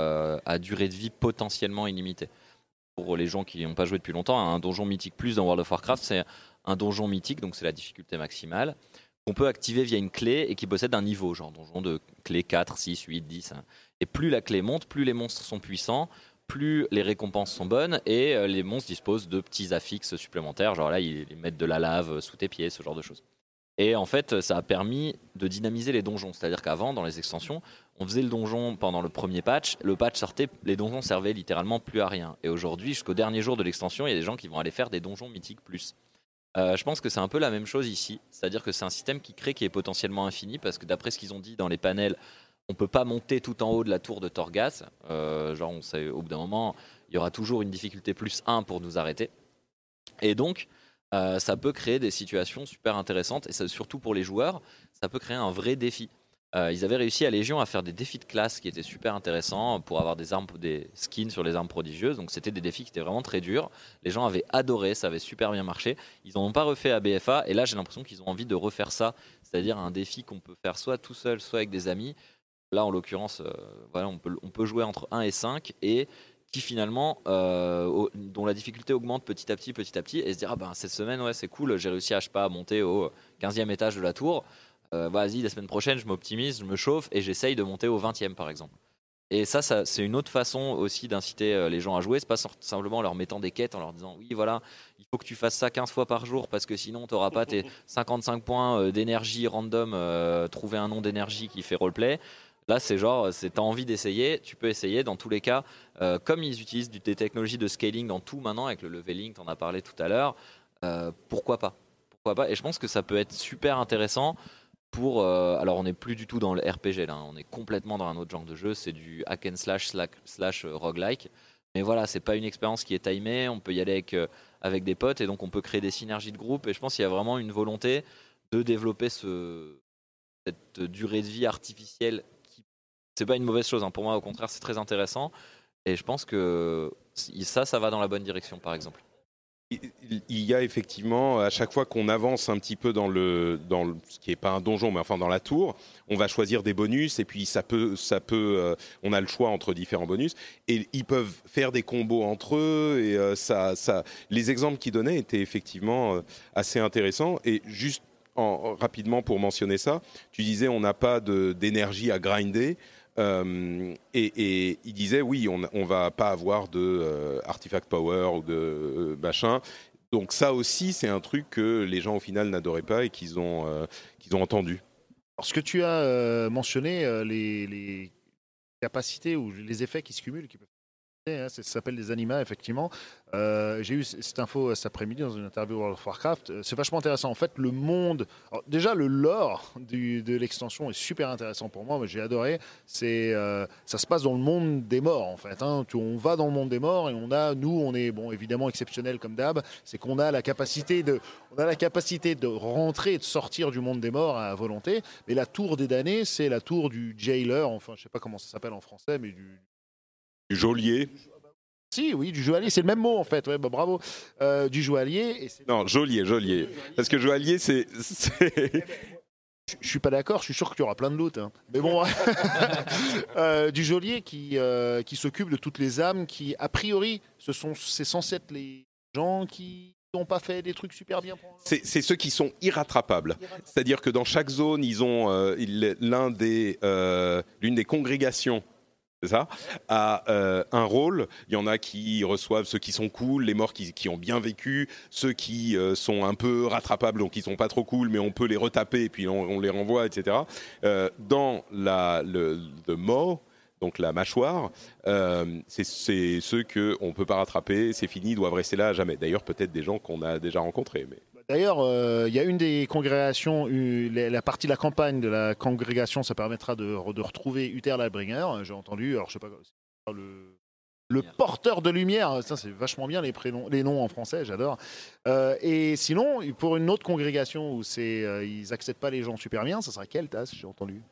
à durée de vie potentiellement illimitée. Pour les gens qui n'ont pas joué depuis longtemps, un donjon mythique plus dans World of Warcraft, c'est un donjon mythique, donc c'est la difficulté maximale, qu'on peut activer via une clé et qui possède un niveau, genre donjon de clé 4, 6, 8, 10. Et plus la clé monte, plus les monstres sont puissants, plus les récompenses sont bonnes et les monstres disposent de petits affixes supplémentaires, genre là ils mettent de la lave sous tes pieds, ce genre de choses. Et en fait ça a permis de dynamiser les donjons, c'est-à-dire qu'avant dans les extensions, on faisait le donjon pendant le premier patch, le patch sortait, les donjons servaient littéralement plus à rien. Et aujourd'hui, jusqu'au dernier jour de l'extension, il y a des gens qui vont aller faire des donjons mythiques plus. Je pense que c'est un peu la même chose ici, c'est-à-dire que c'est un système qui est potentiellement infini, parce que d'après ce qu'ils ont dit dans les panels, on ne peut pas monter tout en haut de la tour de Torghast. Genre on sait, au bout d'un moment, il y aura toujours une difficulté plus 1 pour nous arrêter. Et donc, ça peut créer des situations super intéressantes, et ça, surtout pour les joueurs, ça peut créer un vrai défi. Ils avaient réussi à Légion à faire des défis de classe qui étaient super intéressants pour avoir des skins sur les armes prodigieuses. Donc c'était des défis qui étaient vraiment très durs. Les gens avaient adoré, ça avait super bien marché. Ils n'en ont pas refait à BFA, et là j'ai l'impression qu'ils ont envie de refaire ça, c'est-à-dire un défi qu'on peut faire soit tout seul, soit avec des amis. Là en l'occurrence, voilà, on peut jouer entre 1 et 5 et qui finalement, dont la difficulté augmente petit à petit et se dire cette semaine ouais c'est cool, j'ai réussi à monter au 15e étage de la tour. Vas-y, la semaine prochaine, je m'optimise, je me chauffe et j'essaye de monter au 20e par exemple. Et ça c'est une autre façon aussi d'inciter les gens à jouer. C'est pas simplement en leur mettant des quêtes, en leur disant oui voilà, il faut que tu fasses ça 15 fois par jour parce que sinon tu n'auras pas tes 55 points d'énergie random, trouver un nom d'énergie qui fait roleplay. Là c'est genre, t'as envie d'essayer, tu peux essayer. Dans tous les cas, comme ils utilisent des technologies de scaling dans tout maintenant, avec le leveling, t'en as parlé tout à l'heure, pourquoi pas. Et je pense que ça peut être super intéressant. Alors on n'est plus du tout dans le RPG là, on est complètement dans un autre genre de jeu, c'est du hack and slash roguelike. Mais voilà, c'est pas une expérience qui est timée. On peut y aller avec des potes et donc on peut créer des synergies de groupe. Et je pense qu'il y a vraiment une volonté de développer cette durée de vie artificielle. C'est pas une mauvaise chose. Pour moi, au contraire, c'est très intéressant. Et je pense que ça va dans la bonne direction, par exemple. Il y a effectivement, à chaque fois qu'on avance un petit peu dans ce qui n'est pas un donjon, mais enfin dans la tour, on va choisir des bonus et puis on a le choix entre différents bonus et ils peuvent faire des combos entre eux et les exemples qu'ils donnaient étaient effectivement assez intéressants. Et juste rapidement pour mentionner ça, tu disais on n'a pas d'énergie à grinder. Et il disait oui, on va pas avoir de artifact power ou de machin. Donc ça aussi, c'est un truc que les gens au final n'adoraient pas et qu'ils ont entendu. Alors, ce que tu as mentionné, les capacités ou les effets qui se cumulent, qui peuvent ça s'appelle des animas, effectivement. J'ai eu cette info cet après-midi dans une interview World of Warcraft. C'est vachement intéressant. En fait, le monde... Alors, déjà, le lore de l'extension est super intéressant pour moi. J'ai adoré. Ça se passe dans le monde des morts, en fait. On va dans le monde des morts et on est évidemment exceptionnel comme d'hab. C'est qu'on a la capacité de rentrer et de sortir du monde des morts à volonté. Mais la tour des damnés, c'est la tour du jailer. Enfin, je sais pas comment ça s'appelle en français, mais du geôlier. Si, oui, du joaillier, c'est le même mot en fait. Ouais, bravo. Du joaillier. Non, geôlier. Parce que joaillier, c'est... Je suis pas d'accord, je suis sûr qu'il y aura plein de loot. Mais bon, du geôlier qui s'occupe de toutes les âmes qui, a priori, c'est censé être les gens qui n'ont pas fait des trucs super bien. C'est ceux qui sont irrattrapables. C'est-à-dire que dans chaque zone, ils ont l'une des congrégations. C'est ça, a un rôle. Il y en a qui reçoivent ceux qui sont cool, les morts qui ont bien vécu, ceux qui sont un peu rattrapables, donc qui sont pas trop cool, mais on peut les retaper et puis on les renvoie, etc. Dans le mort, donc la mâchoire, c'est ceux qu'on peut pas rattraper, c'est fini, ils doivent rester là à jamais. D'ailleurs, peut-être des gens qu'on a déjà rencontrés. Mais... D'ailleurs, il y a une des congrégations, la partie de la campagne de la congrégation, ça permettra de retrouver Uther Lightbringer. J'ai entendu, alors je sais pas, le porteur de lumière, ça c'est vachement bien les noms en français, j'adore. Et sinon, pour une autre congrégation où ils acceptent pas les gens super bien, ça sera Keltas, j'ai entendu.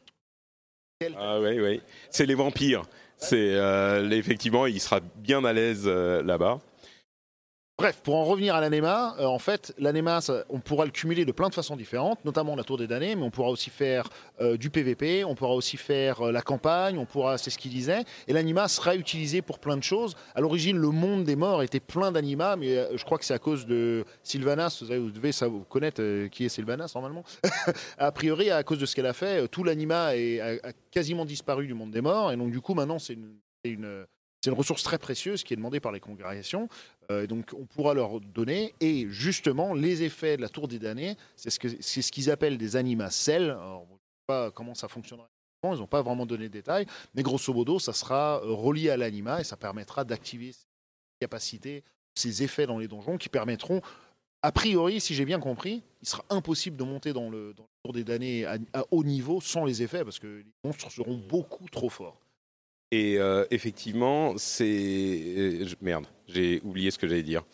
Ah oui, c'est les vampires. Effectivement, il sera bien à l'aise là-bas. Bref, pour en revenir à l'anima, en fait, l'anima, on pourra le cumuler de plein de façons différentes, notamment la tour des damnés, mais on pourra aussi faire du PVP, on pourra aussi faire la campagne, c'est ce qu'il disait, et l'anima sera utilisé pour plein de choses. À l'origine, le monde des morts était plein d'anima, mais je crois que c'est à cause de Sylvanas, vous devez connaître qui est Sylvanas normalement. A priori, à cause de ce qu'elle a fait, tout l'anima a quasiment disparu du monde des morts, et donc du coup, maintenant, c'est une ressource très précieuse qui est demandée par les congrégations. Donc on pourra leur donner. Et justement, les effets de la tour des damnés, c'est ce qu'ils appellent des anima cells. Alors, je ne sais pas comment ça fonctionnera. Ils n'ont pas vraiment donné de détails. Mais grosso modo, ça sera relié à l'anima et ça permettra d'activer ces capacités, ces effets dans les donjons qui permettront, a priori, si j'ai bien compris, il sera impossible de monter dans la tour des damnés à haut niveau sans les effets parce que les monstres seront beaucoup trop forts. Et effectivement, merde, j'ai oublié ce que j'allais dire.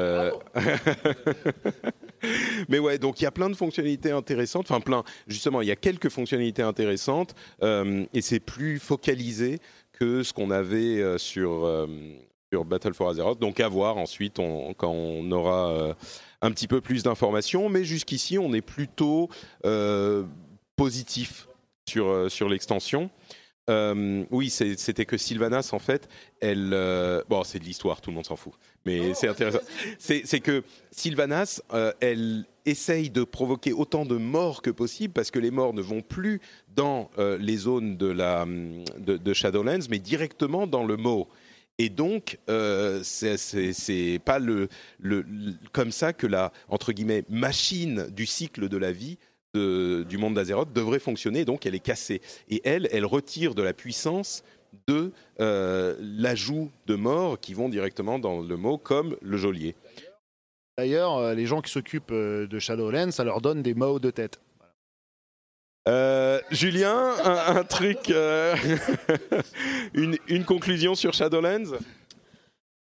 Mais ouais, donc il y a plein de fonctionnalités intéressantes. Enfin, justement, il y a quelques fonctionnalités intéressantes et c'est plus focalisé que ce qu'on avait sur Battle for Azeroth. Donc à voir ensuite quand on aura un petit peu plus d'informations. Mais jusqu'ici, on est plutôt positif sur l'extension. Oui, c'était que Sylvanas, en fait, c'est de l'histoire, tout le monde s'en fout, mais c'est intéressant. C'est que Sylvanas, elle essaye de provoquer autant de morts que possible, parce que les morts ne vont plus dans les zones de Shadowlands, mais directement dans le Maw. Et donc, c'est pas comme ça que la, entre guillemets, machine du cycle de la vie du monde d'Azeroth devrait fonctionner, donc elle est cassée. Et elle retire de la puissance de l'ajout de morts qui vont directement dans le Maw, comme le geôlier. D'ailleurs, les gens qui s'occupent de Shadowlands, ça leur donne des Maw de tête. Julien, un truc, une conclusion sur Shadowlands ?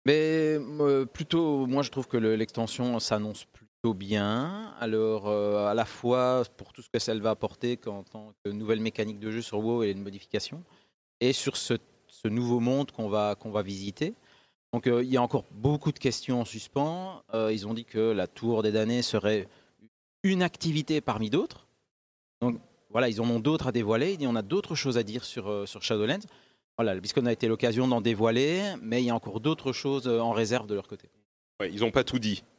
Mais plutôt, moi je trouve que l'extension s'annonce plutôt bien. Alors à la fois pour tout ce que ça va apporter en tant que nouvelle mécanique de jeu sur WoW et une modification, et sur ce nouveau monde qu'on va visiter. Donc il y a encore beaucoup de questions en suspens. Ils ont dit que la Tour des Damnés serait une activité parmi d'autres. Donc voilà, ils en ont d'autres à dévoiler. Il y en a d'autres choses à dire sur Shadowlands. Voilà, le BlizzCon a été l'occasion d'en dévoiler, mais il y a encore d'autres choses en réserve de leur côté. Ouais, ils n'ont pas tout dit.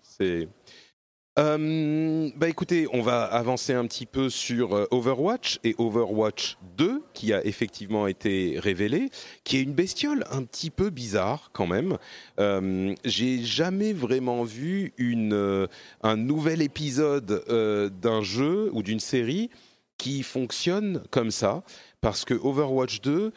Écoutez, on va avancer un petit peu sur Overwatch et Overwatch 2, qui a effectivement été révélé, qui est une bestiole un petit peu bizarre quand même. J'ai jamais vraiment vu un nouvel épisode d'un jeu ou d'une série qui fonctionne comme ça, parce que Overwatch 2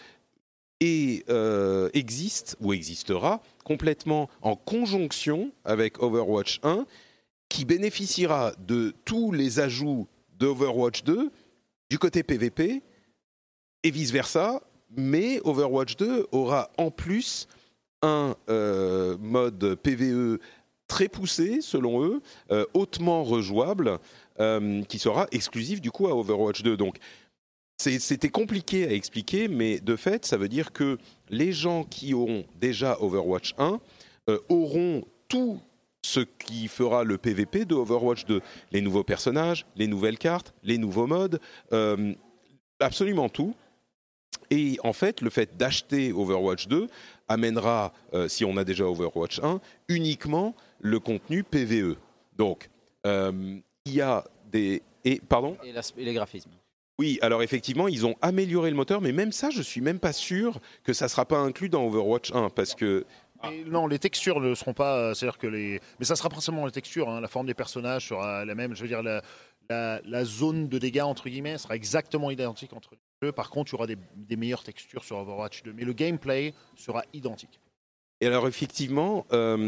existe ou existera complètement en conjonction avec Overwatch 1, qui bénéficiera de tous les ajouts d'Overwatch 2 du côté PVP et vice-versa, mais Overwatch 2 aura en plus un mode PVE très poussé, selon eux, hautement rejouable, qui sera exclusif du coup à Overwatch 2. Donc, c'était compliqué à expliquer, mais de fait, ça veut dire que les gens qui auront déjà Overwatch 1 auront tout ce qui fera le PVP de Overwatch 2. Les nouveaux personnages, les nouvelles cartes, les nouveaux modes, absolument tout. Et en fait, le fait d'acheter Overwatch 2 amènera, si on a déjà Overwatch 1, uniquement le contenu PVE. Donc, il y a des... Pardon ? Et les graphismes. Oui, alors effectivement, ils ont amélioré le moteur, mais même ça, je suis même pas sûr que ça sera pas inclus dans Overwatch 1, parce que... Non, les textures ne seront pas... C'est-à-dire que mais ça sera principalement les textures, hein, la forme des personnages sera la même, je veux dire, la zone de dégâts, entre guillemets, sera exactement identique entre les deux. Par contre, il y aura des meilleures textures sur Overwatch 2, mais le gameplay sera identique. Et alors effectivement,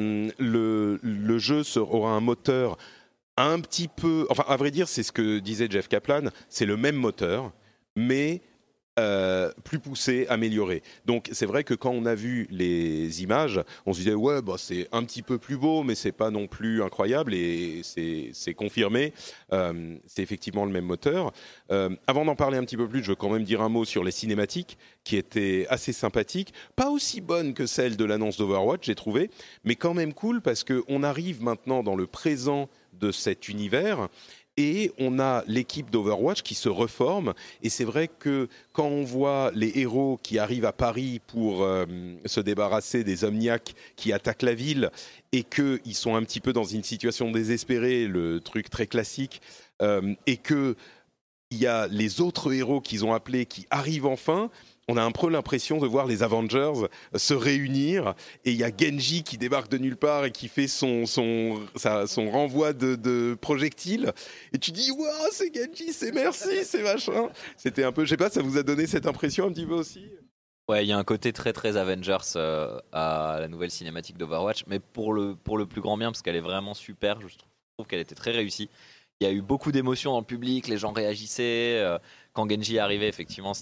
le jeu aura un moteur un petit peu... Enfin, à vrai dire, c'est ce que disait Jeff Kaplan, c'est le même moteur, mais plus poussé, amélioré. Donc c'est vrai que quand on a vu les images, on se disait ouais, c'est un petit peu plus beau, mais c'est pas non plus incroyable, et c'est confirmé. C'est effectivement le même moteur. Avant d'en parler un petit peu plus, je veux quand même dire un mot sur les cinématiques, qui étaient assez sympathiques, pas aussi bonnes que celles de l'annonce d'Overwatch, j'ai trouvé, mais quand même cool, parce qu'on arrive maintenant dans le présent de cet univers. Et on a l'équipe d'Overwatch qui se reforme. Et c'est vrai que quand on voit les héros qui arrivent à Paris pour se débarrasser des omniaques qui attaquent la ville, et qu'ils sont un petit peu dans une situation désespérée, le truc très classique, et qu'il y a les autres héros qu'ils ont appelés qui arrivent enfin, on a un peu l'impression de voir les Avengers se réunir, et il y a Genji qui débarque de nulle part et qui fait son renvoi de projectiles, et tu dis waouh, c'est Genji, c'est merci, c'est machin. C'était un peu, je sais pas, ça vous a donné cette impression un petit peu aussi? Ouais, il y a un côté très très Avengers à la nouvelle cinématique d'Overwatch, mais pour le plus grand bien, parce qu'elle est vraiment super. Je trouve qu'elle était très réussie. Il y a eu beaucoup d'émotions dans le public, les gens réagissaient. Quand Genji est arrivé, effectivement,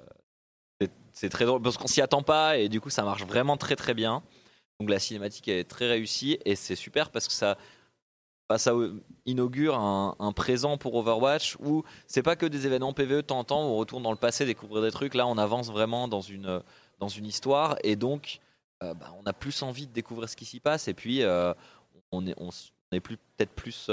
c'est très drôle parce qu'on s'y attend pas, et du coup ça marche vraiment très très bien. Donc la cinématique est très réussie, et c'est super parce que ça inaugure un présent pour Overwatch où c'est pas que des événements PvE de temps en temps où on retourne dans le passé découvrir des trucs. Là on avance vraiment dans une histoire, et donc on a plus envie de découvrir ce qui s'y passe, et puis on est peut-être plus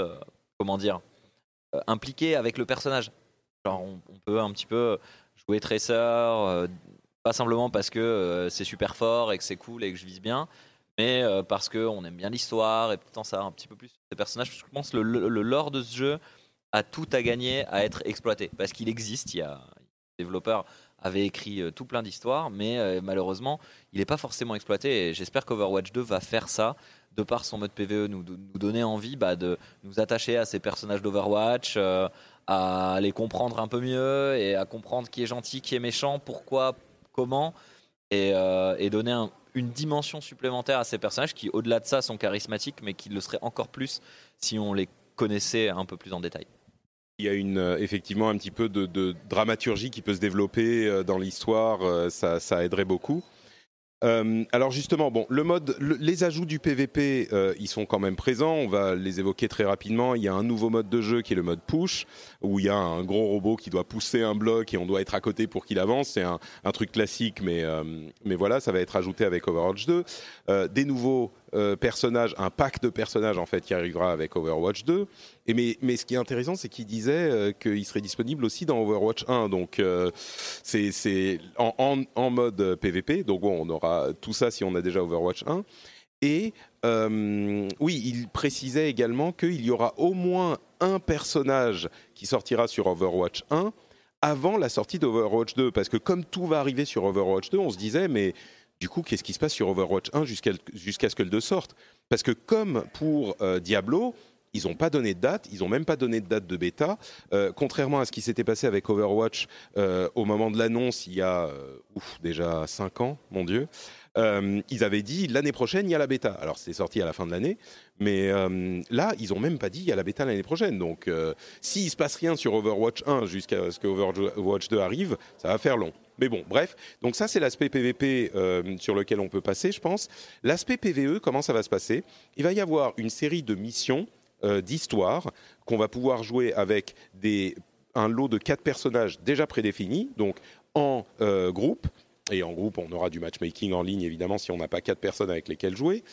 impliqué avec le personnage. Genre on peut un petit peu jouer Tracer, pas simplement parce que c'est super fort et que c'est cool et que je vise bien, mais parce qu'on aime bien l'histoire et peut-être en savoir un petit peu plus sur ces personnages. Je pense que le lore de ce jeu a tout à gagner à être exploité, parce qu'il existe. Les développeurs avaient écrit tout plein d'histoires, mais malheureusement, il n'est pas forcément exploité, et j'espère qu'Overwatch 2 va faire ça, de par son mode PvE, nous donner envie de nous attacher à ces personnages d'Overwatch, à les comprendre un peu mieux, et à comprendre qui est gentil, qui est méchant, pourquoi, comment, et donner une dimension supplémentaire à ces personnages qui, au-delà de ça, sont charismatiques, mais qui le seraient encore plus si on les connaissait un peu plus en détail. Il y a effectivement un petit peu de dramaturgie qui peut se développer dans l'histoire, ça aiderait beaucoup. Alors justement, les ajouts du PVP, ils sont quand même présents. On va les évoquer très rapidement. Il y a un nouveau mode de jeu qui est le mode push, où il y a un gros robot qui doit pousser un bloc et on doit être à côté pour qu'il avance. C'est un truc classique, mais voilà, ça va être ajouté avec Overwatch 2. Des nouveaux personnages, un pack de personnages en fait qui arrivera avec Overwatch 2. Mais ce qui est intéressant, c'est qu'il disait qu'il serait disponible aussi dans Overwatch 1. Donc c'est en mode PVP. Donc bon, on aura tout ça si on a déjà Overwatch 1. Et oui, il précisait également qu'il y aura au moins un personnage qui sortira sur Overwatch 1 avant la sortie d'Overwatch 2. Parce que comme tout va arriver sur Overwatch 2, on se disait, mais du coup, qu'est-ce qui se passe sur Overwatch 1 jusqu'à ce que le 2 sorte ? Parce que comme pour Diablo, ils n'ont pas donné de date, ils n'ont même pas donné de date de bêta. Contrairement à ce qui s'était passé avec Overwatch au moment de l'annonce, il y a déjà 5 ans, mon Dieu. Ils avaient dit l'année prochaine il y a la bêta. Alors c'est sorti à la fin de l'année, mais là ils ont même pas dit il y a la bêta l'année prochaine. Donc s'il se passe rien sur Overwatch 1 jusqu'à ce que Overwatch 2 arrive, ça va faire long. Mais bon, bref. Donc ça c'est l'aspect PVP sur lequel on peut passer, je pense. L'aspect PVE, comment ça va se passer ? Il va y avoir une série de missions d'histoire qu'on va pouvoir jouer avec un lot de 4 personnages déjà prédéfinis, donc en groupe. Et en groupe, on aura du matchmaking en ligne, évidemment, si on n'a pas 4 personnes avec lesquelles jouer.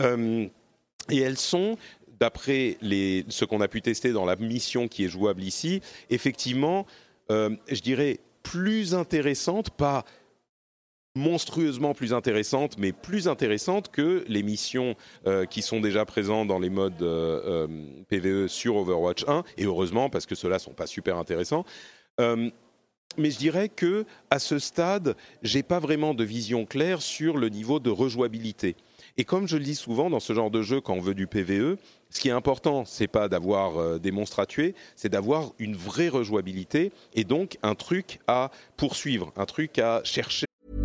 Et elles sont, d'après ce qu'on a pu tester dans la mission qui est jouable ici, effectivement, je dirais, plus intéressantes, pas monstrueusement plus intéressantes, mais plus intéressantes que les missions qui sont déjà présentes dans les modes PvE sur Overwatch 1. Et heureusement, parce que ceux-là ne sont pas super intéressants. Mais je dirais que à ce stade, j'ai pas vraiment de vision claire sur le niveau de rejouabilité. Et comme je le dis souvent dans ce genre de jeu, quand on veut du PVE, ce qui est important, c'est pas d'avoir des monstres à tuer, c'est d'avoir une vraie rejouabilité et donc un truc à poursuivre, un truc à chercher.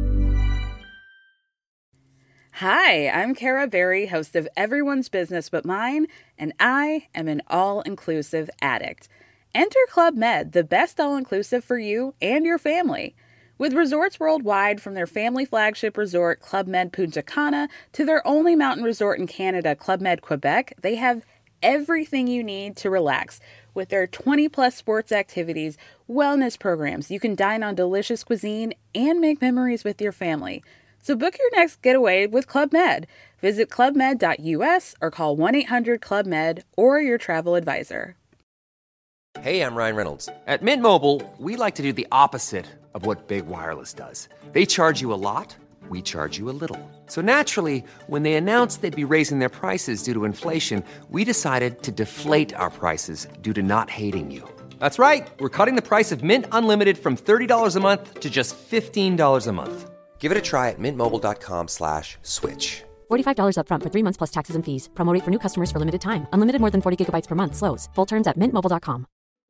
Hi, I'm Cara Berry, host of Everyone's Business But Mine, and I am an all-inclusive addict. Enter Club Med, the best all-inclusive for you and your family. With resorts worldwide, from their family flagship resort, Club Med Punta Cana, to their only mountain resort in Canada, Club Med Quebec, they have everything you need to relax. With their 20-plus sports activities, wellness programs, you can dine on delicious cuisine and make memories with your family. So book your next getaway with Club Med. Visit clubmed.us or call 1-800-CLUB-MED or your travel advisor. Hey, I'm Ryan Reynolds. At Mint Mobile, we like to do the opposite of what Big Wireless does. They charge you a lot, we charge you a little. So naturally, when they announced they'd be raising their prices due to inflation, we decided to deflate our prices due to not hating you. That's right. We're cutting the price of Mint Unlimited from $30 a month to just $15 a month. Give it a try at mintmobile.com/switch. $45 up front for 3 months plus taxes and fees. Promo rate for new customers for limited time. Unlimited more than 40 gigabytes per month. Slows full terms at mintmobile.com.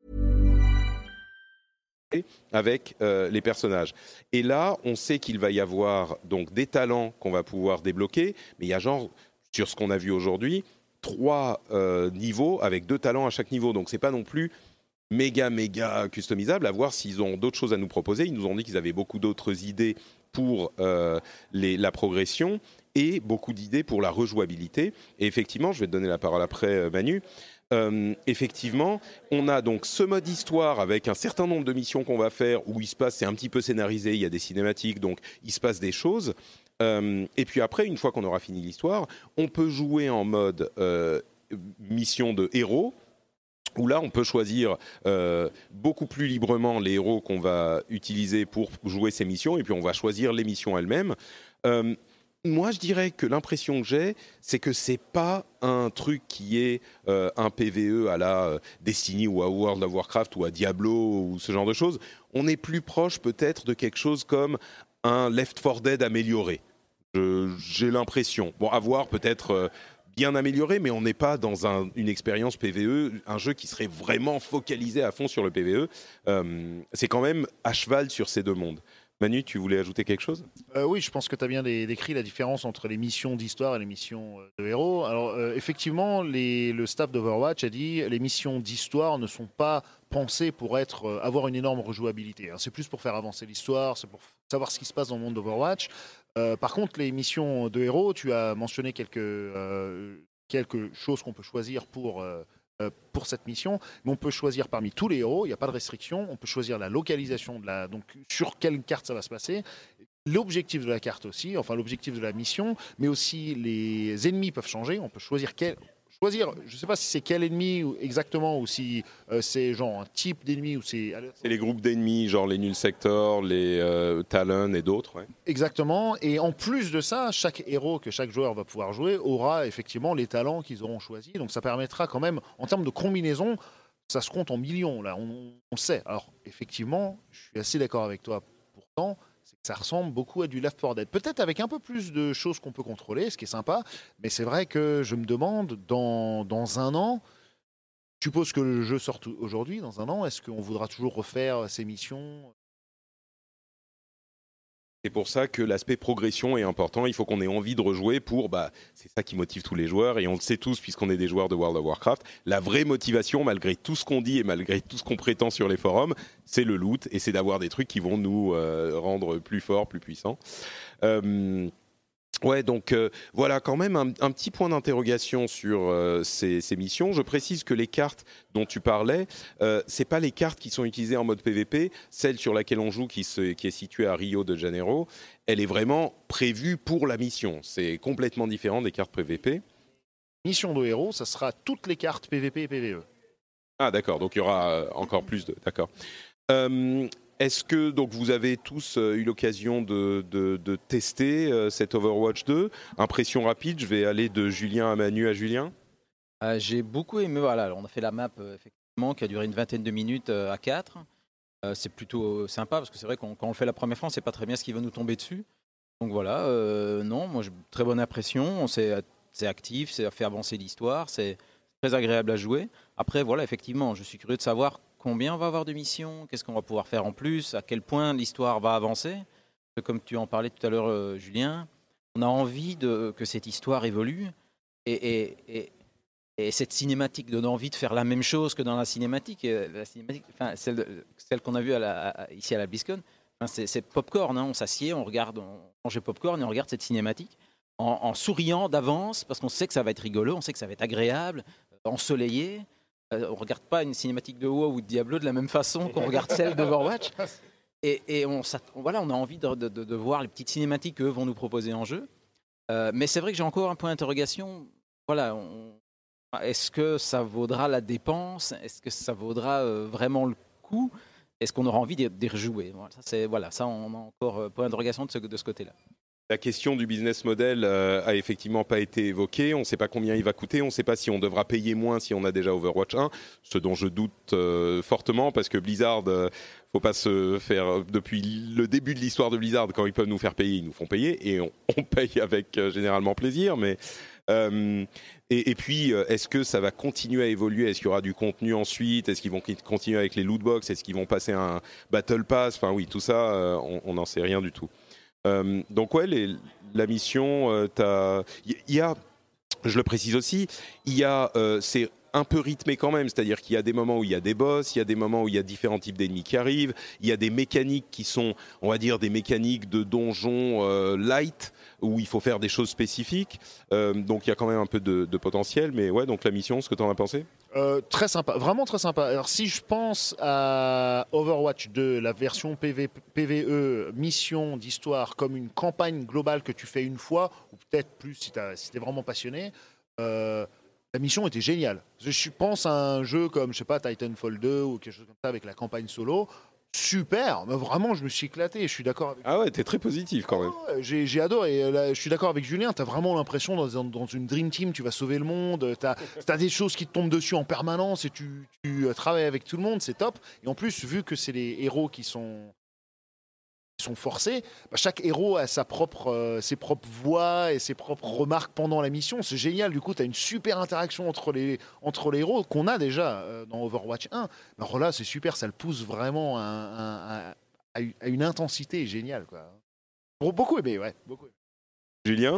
Avec les personnages. Et là, on sait qu'il va y avoir donc des talents qu'on va pouvoir débloquer, mais il y a genre, sur ce qu'on a vu aujourd'hui, 3 niveaux avec 2 talents à chaque niveau. Donc c'est pas non plus méga customisable, à voir s'ils ont d'autres choses à nous proposer. Ils nous ont dit qu'ils avaient beaucoup d'autres idées pour la progression et beaucoup d'idées pour la rejouabilité. Et effectivement, je vais te donner la parole après, Manu. Effectivement, on a donc ce mode histoire avec un certain nombre de missions qu'on va faire où il se passe, c'est un petit peu scénarisé, il y a des cinématiques, donc il se passe des choses. Et puis après, une fois qu'on aura fini l'histoire, on peut jouer en mode mission de héros, où là, on peut choisir beaucoup plus librement les héros qu'on va utiliser pour jouer ces missions, et puis on va choisir les missions elles-mêmes. Moi, je dirais que l'impression que j'ai, c'est que c'est pas un truc qui est un PVE à la Destiny ou à World of Warcraft ou à Diablo ou ce genre de choses. On est plus proche peut-être de quelque chose comme un Left 4 Dead amélioré. J'ai l'impression. Bon, à voir peut-être bien amélioré, mais on n'est pas dans une expérience PVE, un jeu qui serait vraiment focalisé à fond sur le PVE. C'est quand même à cheval sur ces deux mondes. Manu, tu voulais ajouter quelque chose ? Oui, je pense que tu as bien décrit la différence entre les missions d'histoire et les missions de héros. Alors, effectivement, le staff d'Overwatch a dit les missions d'histoire ne sont pas pensées pour avoir une énorme rejouabilité. Hein. C'est plus pour faire avancer l'histoire, c'est pour savoir ce qui se passe dans le monde d'Overwatch. Par contre, les missions de héros, tu as mentionné quelques choses qu'on peut choisir pour cette mission, mais on peut choisir parmi tous les héros, il n'y a pas de restriction, on peut choisir la localisation, donc sur quelle carte ça va se passer, l'objectif de la carte aussi, enfin l'objectif de la mission, mais aussi les ennemis peuvent changer, on peut choisir, je ne sais pas si c'est quel ennemi exactement, ou si c'est genre un type d'ennemi, ou c'est les groupes d'ennemis, genre les Null Sector, les Talon et d'autres. Ouais. Exactement, et en plus de ça, chaque héros que chaque joueur va pouvoir jouer aura effectivement les talents qu'ils auront choisis, donc ça permettra quand même, en termes de combinaison, ça se compte en millions, là, on le sait. Alors effectivement, je suis assez d'accord avec toi, pourtant, ça ressemble beaucoup à du Left 4 Dead. Peut-être avec un peu plus de choses qu'on peut contrôler, ce qui est sympa, mais c'est vrai que je me demande, dans un an, je suppose que le jeu sort aujourd'hui, dans un an, est-ce qu'on voudra toujours refaire ces missions ? C'est pour ça que l'aspect progression est important. Il faut qu'on ait envie de rejouer c'est ça qui motive tous les joueurs. Et on le sait tous, puisqu'on est des joueurs de World of Warcraft. La vraie motivation, malgré tout ce qu'on dit et malgré tout ce qu'on prétend sur les forums, c'est le loot. Et c'est d'avoir des trucs qui vont nous rendre plus forts, plus puissants. Ouais, donc voilà quand même un petit point d'interrogation sur ces missions. Je précise que les cartes dont tu parlais, c'est pas les cartes qui sont utilisées en mode PVP. Celle sur laquelle on joue, qui est située à Rio de Janeiro, elle est vraiment prévue pour la mission. C'est complètement différent des cartes PVP. Mission de héros, ça sera toutes les cartes PVP et PVE. Ah d'accord, donc il y aura encore plus de... D'accord. Est-ce que donc, vous avez tous eu l'occasion de tester cet Overwatch 2 ? Impression rapide, je vais aller de Julien à Manu à Julien. J'ai beaucoup aimé, voilà, on a fait la map effectivement qui a duré une vingtaine de minutes à 4. C'est plutôt sympa parce que c'est vrai quand on le fait la première fois, on ne sait pas très bien ce qui va nous tomber dessus. Donc voilà, non, moi j'ai très bonne impression, c'est actif, ça fait avancer l'histoire, c'est très agréable à jouer. Après voilà, effectivement, je suis curieux de savoir combien on va avoir de missions, qu'est-ce qu'on va pouvoir faire en plus, à quel point l'histoire va avancer. Comme tu en parlais tout à l'heure, Julien, on a envie que cette histoire évolue et cette cinématique donne envie de faire la même chose que dans la cinématique. Enfin, celle qu'on a vue ici à la BlizzCon, enfin, c'est popcorn, hein, on s'assied, on mange le popcorn et on regarde cette cinématique en souriant d'avance parce qu'on sait que ça va être rigolo, on sait que ça va être agréable, ensoleillé. On ne regarde pas une cinématique de WoW ou de Diablo de la même façon qu'on regarde celle d'Overwatch. Et on a envie de voir les petites cinématiques qu'eux vont nous proposer en jeu. Mais c'est vrai que j'ai encore un point d'interrogation. Voilà, est-ce que ça vaudra la dépense ? Est-ce que ça vaudra vraiment le coup ? Est-ce qu'on aura envie d'y rejouer ? Ça, on a encore un point d'interrogation de ce côté-là. La question du business model a effectivement pas été évoquée. On ne sait pas combien il va coûter. On ne sait pas si on devra payer moins si on a déjà Overwatch 1. Ce dont je doute fortement parce que Blizzard, faut pas se faire... Depuis le début de l'histoire de Blizzard, quand ils peuvent nous faire payer, ils nous font payer. Et on paye avec généralement plaisir. Mais... Et puis, est-ce que ça va continuer à évoluer ? Est-ce qu'il y aura du contenu ensuite ? Est-ce qu'ils vont continuer avec les lootbox ? Est-ce qu'ils vont passer un Battle Pass ? Enfin oui, tout ça, on n'en sait rien du tout. Donc ouais, la mission, il y a, je le précise aussi, c'est un peu rythmé quand même, c'est-à-dire qu'il y a des moments où il y a des boss, il y a des moments où il y a différents types d'ennemis qui arrivent, il y a des mécaniques qui sont, on va dire, des mécaniques de donjon light, où il faut faire des choses spécifiques, donc il y a quand même un peu de potentiel, mais ouais, donc la mission, ce que tu en as pensé ? Très sympa, vraiment très sympa. Alors si je pense à Overwatch 2, la version PVE, mission d'histoire, comme une campagne globale que tu fais une fois, ou peut-être plus si t'es vraiment passionné, la mission était géniale. Je pense à un jeu comme, je sais pas, Titanfall 2 ou quelque chose comme ça avec la campagne solo. Super, mais vraiment je me suis éclaté, je suis d'accord avec... Ah ouais, t'es très positif quand même. Ouais, j'ai adoré, je suis d'accord avec Julien, t'as vraiment l'impression dans une Dream Team, tu vas sauver le monde, t'as des choses qui te tombent dessus en permanence et tu travailles avec tout le monde, c'est top. Et en plus, vu que c'est les héros qui sont forcés, chaque héros a ses propres voix et ses propres remarques pendant la mission, c'est génial, du coup tu as une super interaction entre les héros qu'on a déjà dans Overwatch 1. Alors là c'est super, ça le pousse vraiment à a une intensité géniale, quoi. Beaucoup aimé, ouais. Beaucoup aimé. Julien ?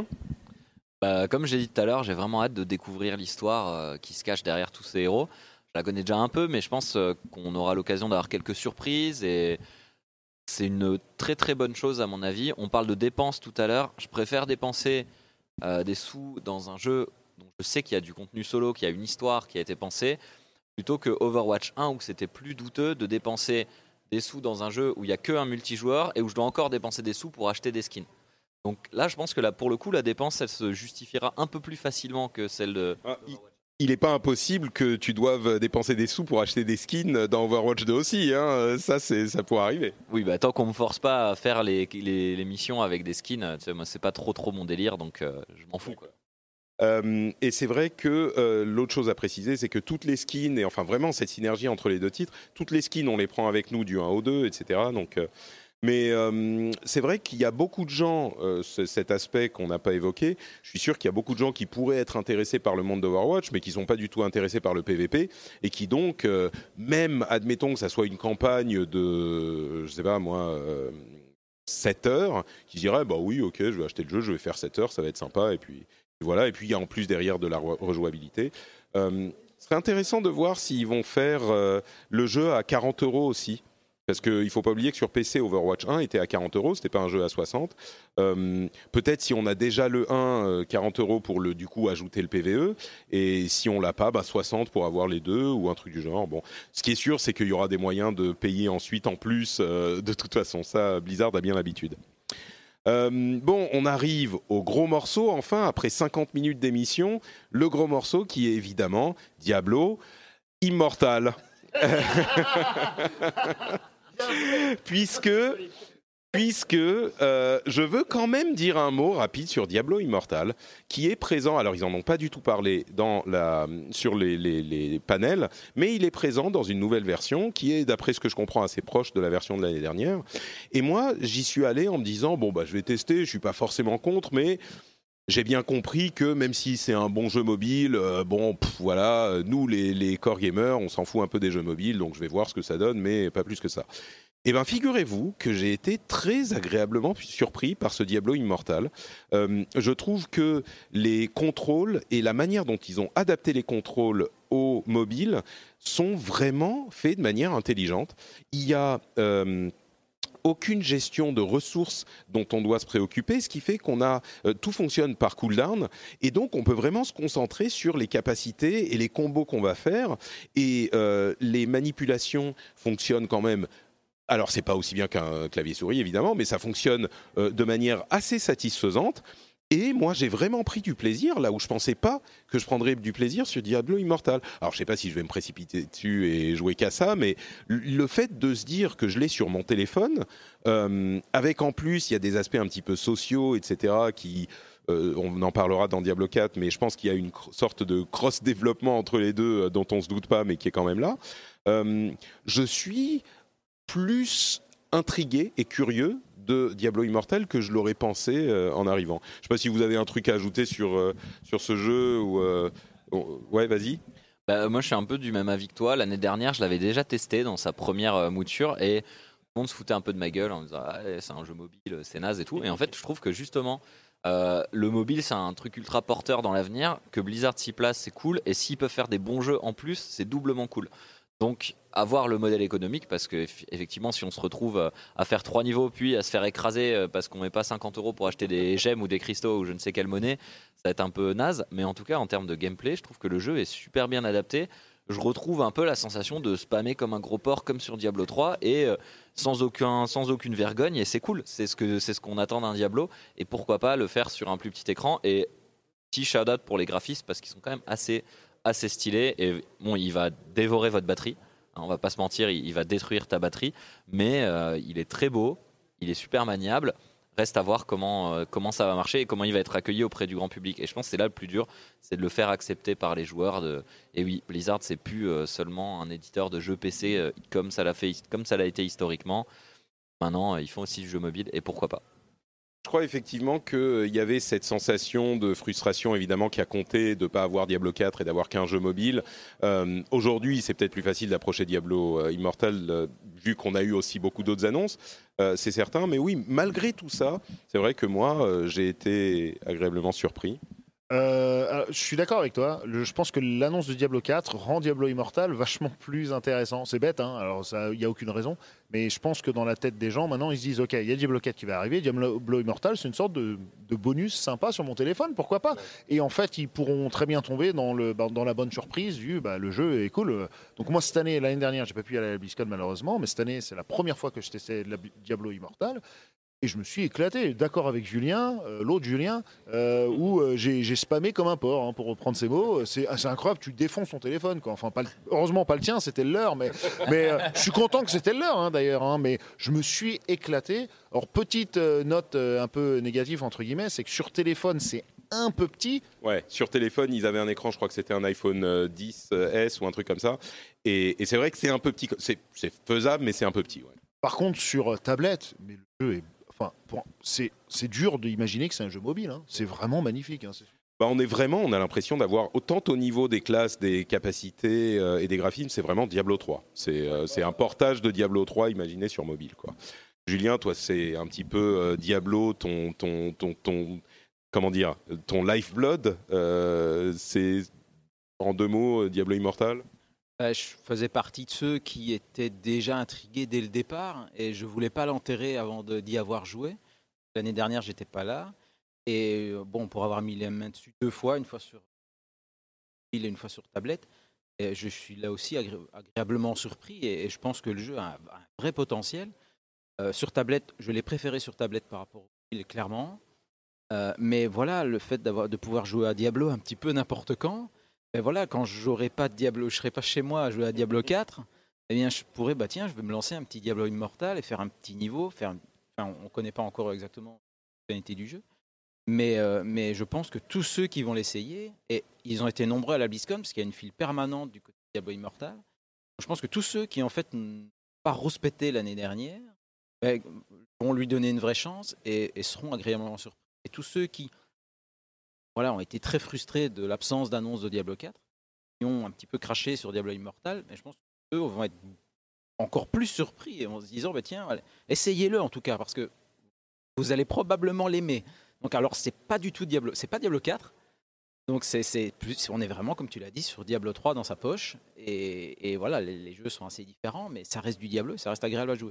Comme j'ai dit tout à l'heure, j'ai vraiment hâte de découvrir l'histoire qui se cache derrière tous ces héros. Je la connais déjà un peu, mais je pense qu'on aura l'occasion d'avoir quelques surprises et c'est une très très bonne chose à mon avis. On parle de dépenses tout à l'heure. Je préfère dépenser des sous dans un jeu dont je sais qu'il y a du contenu solo, qu'il y a une histoire qui a été pensée, plutôt que Overwatch 1 où c'était plus douteux de dépenser des sous dans un jeu où il n'y a qu'un multijoueur et où je dois encore dépenser des sous pour acheter des skins. Donc là, je pense que pour le coup, la dépense, elle se justifiera un peu plus facilement que celle de... Il n'est pas impossible que tu doives dépenser des sous pour acheter des skins dans Overwatch 2 aussi. Hein. Ça pourrait arriver. Oui, tant qu'on ne me force pas à faire les missions avec des skins, tu sais, moi, c'est pas trop mon délire, donc je m'en fous, quoi. Et c'est vrai que l'autre chose à préciser, c'est que toutes les skins, et enfin vraiment cette synergie entre les deux titres, toutes les skins, on les prend avec nous du 1 au 2, etc. Donc... Mais c'est vrai qu'il y a beaucoup de gens, cet aspect qu'on n'a pas évoqué, je suis sûr qu'il y a beaucoup de gens qui pourraient être intéressés par le monde d'Overwatch, mais qui ne sont pas du tout intéressés par le PVP, et qui donc, même admettons que ça soit une campagne de, je sais pas moi, 7 heures, qui diraient, bah oui, ok, je vais acheter le jeu, je vais faire 7 heures, ça va être sympa, et puis voilà, et puis il y a en plus derrière de la rejouabilité. Ce serait intéressant de voir s'ils vont faire le jeu à 40 € aussi. Parce qu'il ne faut pas oublier que sur PC, Overwatch 1 était à 40 €, ce n'était pas un jeu à 60. Peut-être si on a déjà le 1, 40 € pour du coup ajouter le PVE, et si on ne l'a pas, 60 pour avoir les deux, ou un truc du genre. Bon. Ce qui est sûr, c'est qu'il y aura des moyens de payer ensuite en plus, de toute façon. Ça, Blizzard a bien l'habitude. On arrive au gros morceau, enfin, après 50 minutes d'émission, le gros morceau qui est évidemment Diablo Immortal. Puisque je veux quand même dire un mot rapide sur Diablo Immortal, qui est présent, alors ils n'en ont pas du tout parlé sur les panels, mais il est présent dans une nouvelle version qui est, d'après ce que je comprends, assez proche de la version de l'année dernière. Et moi, j'y suis allé en me disant, je vais tester, je ne suis pas forcément contre, mais... J'ai bien compris que même si c'est un bon jeu mobile, voilà, nous les core gamers, on s'en fout un peu des jeux mobiles, donc je vais voir ce que ça donne, mais pas plus que ça. Eh bien, figurez-vous que j'ai été très agréablement surpris par ce Diablo Immortal. Je trouve que les contrôles et la manière dont ils ont adapté les contrôles au mobile sont vraiment faits de manière intelligente. Il y a... aucune gestion de ressources dont on doit se préoccuper, ce qui fait qu'on a tout fonctionne par cooldown et donc on peut vraiment se concentrer sur les capacités et les combos qu'on va faire et les manipulations fonctionnent quand même. Alors c'est pas aussi bien qu'un clavier souris évidemment, mais ça fonctionne de manière assez satisfaisante. Et moi, j'ai vraiment pris du plaisir, là où je ne pensais pas que je prendrais du plaisir sur Diablo Immortal. Alors, je ne sais pas si je vais me précipiter dessus et jouer qu'à ça, mais le fait de se dire que je l'ai sur mon téléphone, avec en plus, il y a des aspects un petit peu sociaux, etc., qui... on en parlera dans Diablo 4, mais je pense qu'il y a une sorte de cross-développement entre les deux dont on ne se doute pas, mais qui est quand même là. Je suis plus intrigué et curieux de Diablo Immortal que je l'aurais pensé en arrivant. Je ne sais pas si vous avez un truc à ajouter sur ce jeu ou... Ouais, vas-y. Moi, je suis un peu du même avis que toi. L'année dernière, je l'avais déjà testé dans sa première mouture et tout le monde se foutait un peu de ma gueule en me disant c'est un jeu mobile, c'est naze et tout. Et en fait, je trouve que justement, le mobile, c'est un truc ultra porteur dans l'avenir. Que Blizzard s'y place, c'est cool. Et s'ils peuvent faire des bons jeux en plus, c'est doublement cool. Donc, avoir le modèle économique, parce qu'effectivement, si on se retrouve à faire 3 niveaux, puis à se faire écraser parce qu'on met pas 50 € pour acheter des gemmes ou des cristaux ou je ne sais quelle monnaie, ça va être un peu naze. Mais en tout cas, en termes de gameplay, je trouve que le jeu est super bien adapté. Je retrouve un peu la sensation de spammer comme un gros porc, comme sur Diablo 3, et sans aucune vergogne, et c'est cool. C'est ce qu'on attend d'un Diablo, et pourquoi pas le faire sur un plus petit écran. Et petit shout-out pour les graphismes, parce qu'ils sont quand même assez stylé et bon, il va dévorer votre batterie, on va pas se mentir, il va détruire ta batterie, mais il est très beau, il est super maniable. Reste à voir comment ça va marcher et comment il va être accueilli auprès du grand public. Et je pense que c'est là le plus dur, c'est de le faire accepter par les joueurs. Et oui, Blizzard, c'est plus seulement un éditeur de jeux PC comme ça l'a été historiquement. Maintenant, ils font aussi du jeu mobile et pourquoi pas. Je crois effectivement qu'il y avait cette sensation de frustration, évidemment, qui a compté de ne pas avoir Diablo 4 et d'avoir qu'un jeu mobile. Aujourd'hui, c'est peut-être plus facile d'approcher Diablo Immortal, vu qu'on a eu aussi beaucoup d'autres annonces, c'est certain. Mais oui, malgré tout ça, c'est vrai que moi, j'ai été agréablement surpris. Je suis d'accord avec toi. Je pense que l'annonce de Diablo 4 rend Diablo Immortal vachement plus intéressant. C'est bête, hein, alors il n'y a aucune raison. Mais je pense que dans la tête des gens, maintenant, ils se disent, OK, il y a Diablo 4 qui va arriver. Diablo Immortal, c'est une sorte de bonus sympa sur mon téléphone, pourquoi pas. Et en fait, ils pourront très bien tomber dans la bonne surprise du le jeu est cool. Donc moi, cette année, l'année dernière, j'ai pas pu y aller à la BlizzCon malheureusement, mais cette année, c'est la première fois que je testais Diablo Immortal. Et je me suis éclaté, d'accord avec Julien, l'autre Julien, où j'ai spammé comme un porc, hein, pour reprendre ses mots. C'est incroyable, tu défonces ton téléphone, quoi. Enfin, heureusement pas le tien, c'était le leur, mais je suis content que c'était le leur, hein, d'ailleurs. Hein, mais je me suis éclaté. Alors, petite note un peu négative, entre guillemets, c'est que sur téléphone, c'est un peu petit. Ouais, sur téléphone, ils avaient un écran, je crois que c'était un iPhone 10S ou un truc comme ça. Et c'est vrai que c'est un peu petit. C'est faisable, mais c'est un peu petit. Ouais. Par contre, sur tablette, mais le jeu est... Enfin, c'est dur d'imaginer que c'est un jeu mobile. Hein. C'est vraiment magnifique. Hein, on a l'impression d'avoir, autant au niveau des classes, des capacités et des graphismes, c'est vraiment Diablo 3. C'est un portage de Diablo 3 imaginé sur mobile, quoi. Julien, toi, c'est un petit peu Diablo, ton comment dire, ton lifeblood. C'est en 2 mots Diablo Immortal. Je faisais partie de ceux qui étaient déjà intrigués dès le départ et je voulais pas l'enterrer avant d'y avoir joué. L'année dernière, j'étais pas là. Et bon, pour avoir mis les mains dessus 2 fois, une fois sur mobile et une fois sur tablette, et je suis là aussi agréablement surpris et je pense que le jeu a un vrai potentiel. Sur tablette, je l'ai préféré sur tablette par rapport au mobile, clairement. Mais voilà, le fait de pouvoir jouer à Diablo un petit peu n'importe quand. Et voilà, quand j'aurai pas de Diablo, je serai pas chez moi à jouer à Diablo 4, eh bien je pourrais, je vais me lancer un petit Diablo Immortal et faire un petit niveau. On connaît pas encore exactement la fonctionnalité du jeu, mais je pense que tous ceux qui vont l'essayer, et ils ont été nombreux à la BlizzCon parce qu'il y a une file permanente du côté de Diablo Immortal. Je pense que tous ceux qui en fait n'ont pas rouspété l'année dernière vont lui donner une vraie chance et seront agréablement surpris. Et tous ceux qui ont été très frustrés de l'absence d'annonce de Diablo 4, qui ont un petit peu craché sur Diablo Immortal, mais je pense qu'eux vont être encore plus surpris en se disant essayez-le en tout cas, parce que vous allez probablement l'aimer. Donc alors c'est pas Diablo 4, donc on est vraiment, comme tu l'as dit, sur Diablo 3 dans sa poche, et voilà, les jeux sont assez différents, mais ça reste du Diablo, ça reste agréable à jouer.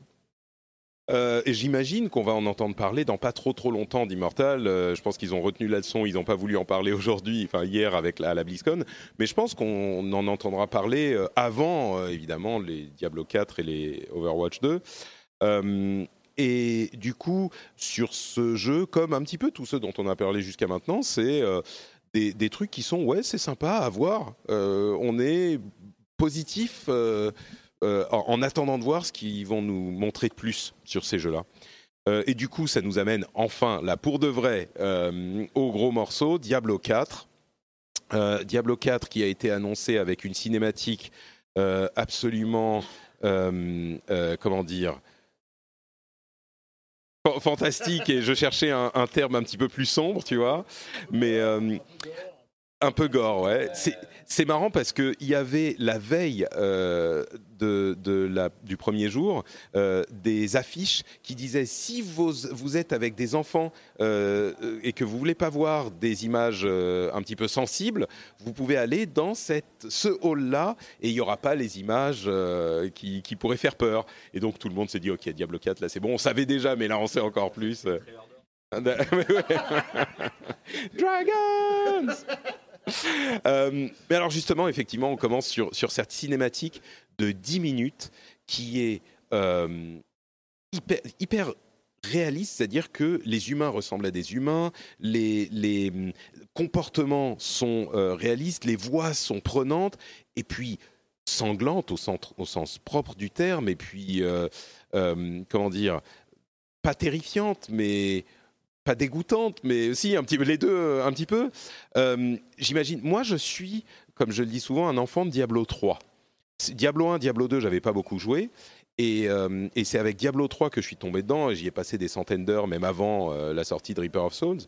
Et j'imagine qu'on va en entendre parler dans pas trop longtemps d'Immortal. Je pense qu'ils ont retenu la leçon, ils n'ont pas voulu en parler hier à la BlizzCon, mais je pense qu'on en entendra parler avant, évidemment, les Diablo 4 et les Overwatch 2. Et du coup, sur ce jeu, comme un petit peu tous ceux dont on a parlé jusqu'à maintenant, c'est des trucs qui sont, c'est sympa à voir. On est positif en attendant de voir ce qu'ils vont nous montrer de plus sur ces jeux-là. Et du coup, ça nous amène enfin, là, pour de vrai, au gros morceau, Diablo 4. Diablo 4 qui a été annoncé avec une cinématique absolument, comment dire, fantastique, et je cherchais un terme un petit peu plus sombre, tu vois, mais un peu gore, ouais. C'est marrant parce qu'il y avait la veille du premier jour des affiches qui disaient si vous êtes avec des enfants et que vous voulez pas voir des images un petit peu sensibles, vous pouvez aller dans ce hall-là et il y aura pas les images qui pourraient faire peur. Et donc tout le monde s'est dit ok, Diablo 4 là c'est bon, on savait déjà, mais là on sait encore plus. Dragons. Mais alors justement, effectivement, on commence sur cette cinématique de 10 minutes qui est hyper réaliste, c'est-à-dire que les humains ressemblent à des humains, les comportements sont réalistes, les voix sont prenantes, et puis sanglantes au sens propre du terme, et puis, comment dire, pas terrifiantes, mais... pas dégoûtante, mais aussi un petit peu les deux, un petit peu. J'imagine, moi je suis, comme je le dis souvent, un enfant de Diablo 3. Diablo 1, Diablo 2, j'avais pas beaucoup joué. Et c'est avec Diablo 3 que je suis tombé dedans, et j'y ai passé des centaines d'heures, même avant la sortie de Reaper of Souls.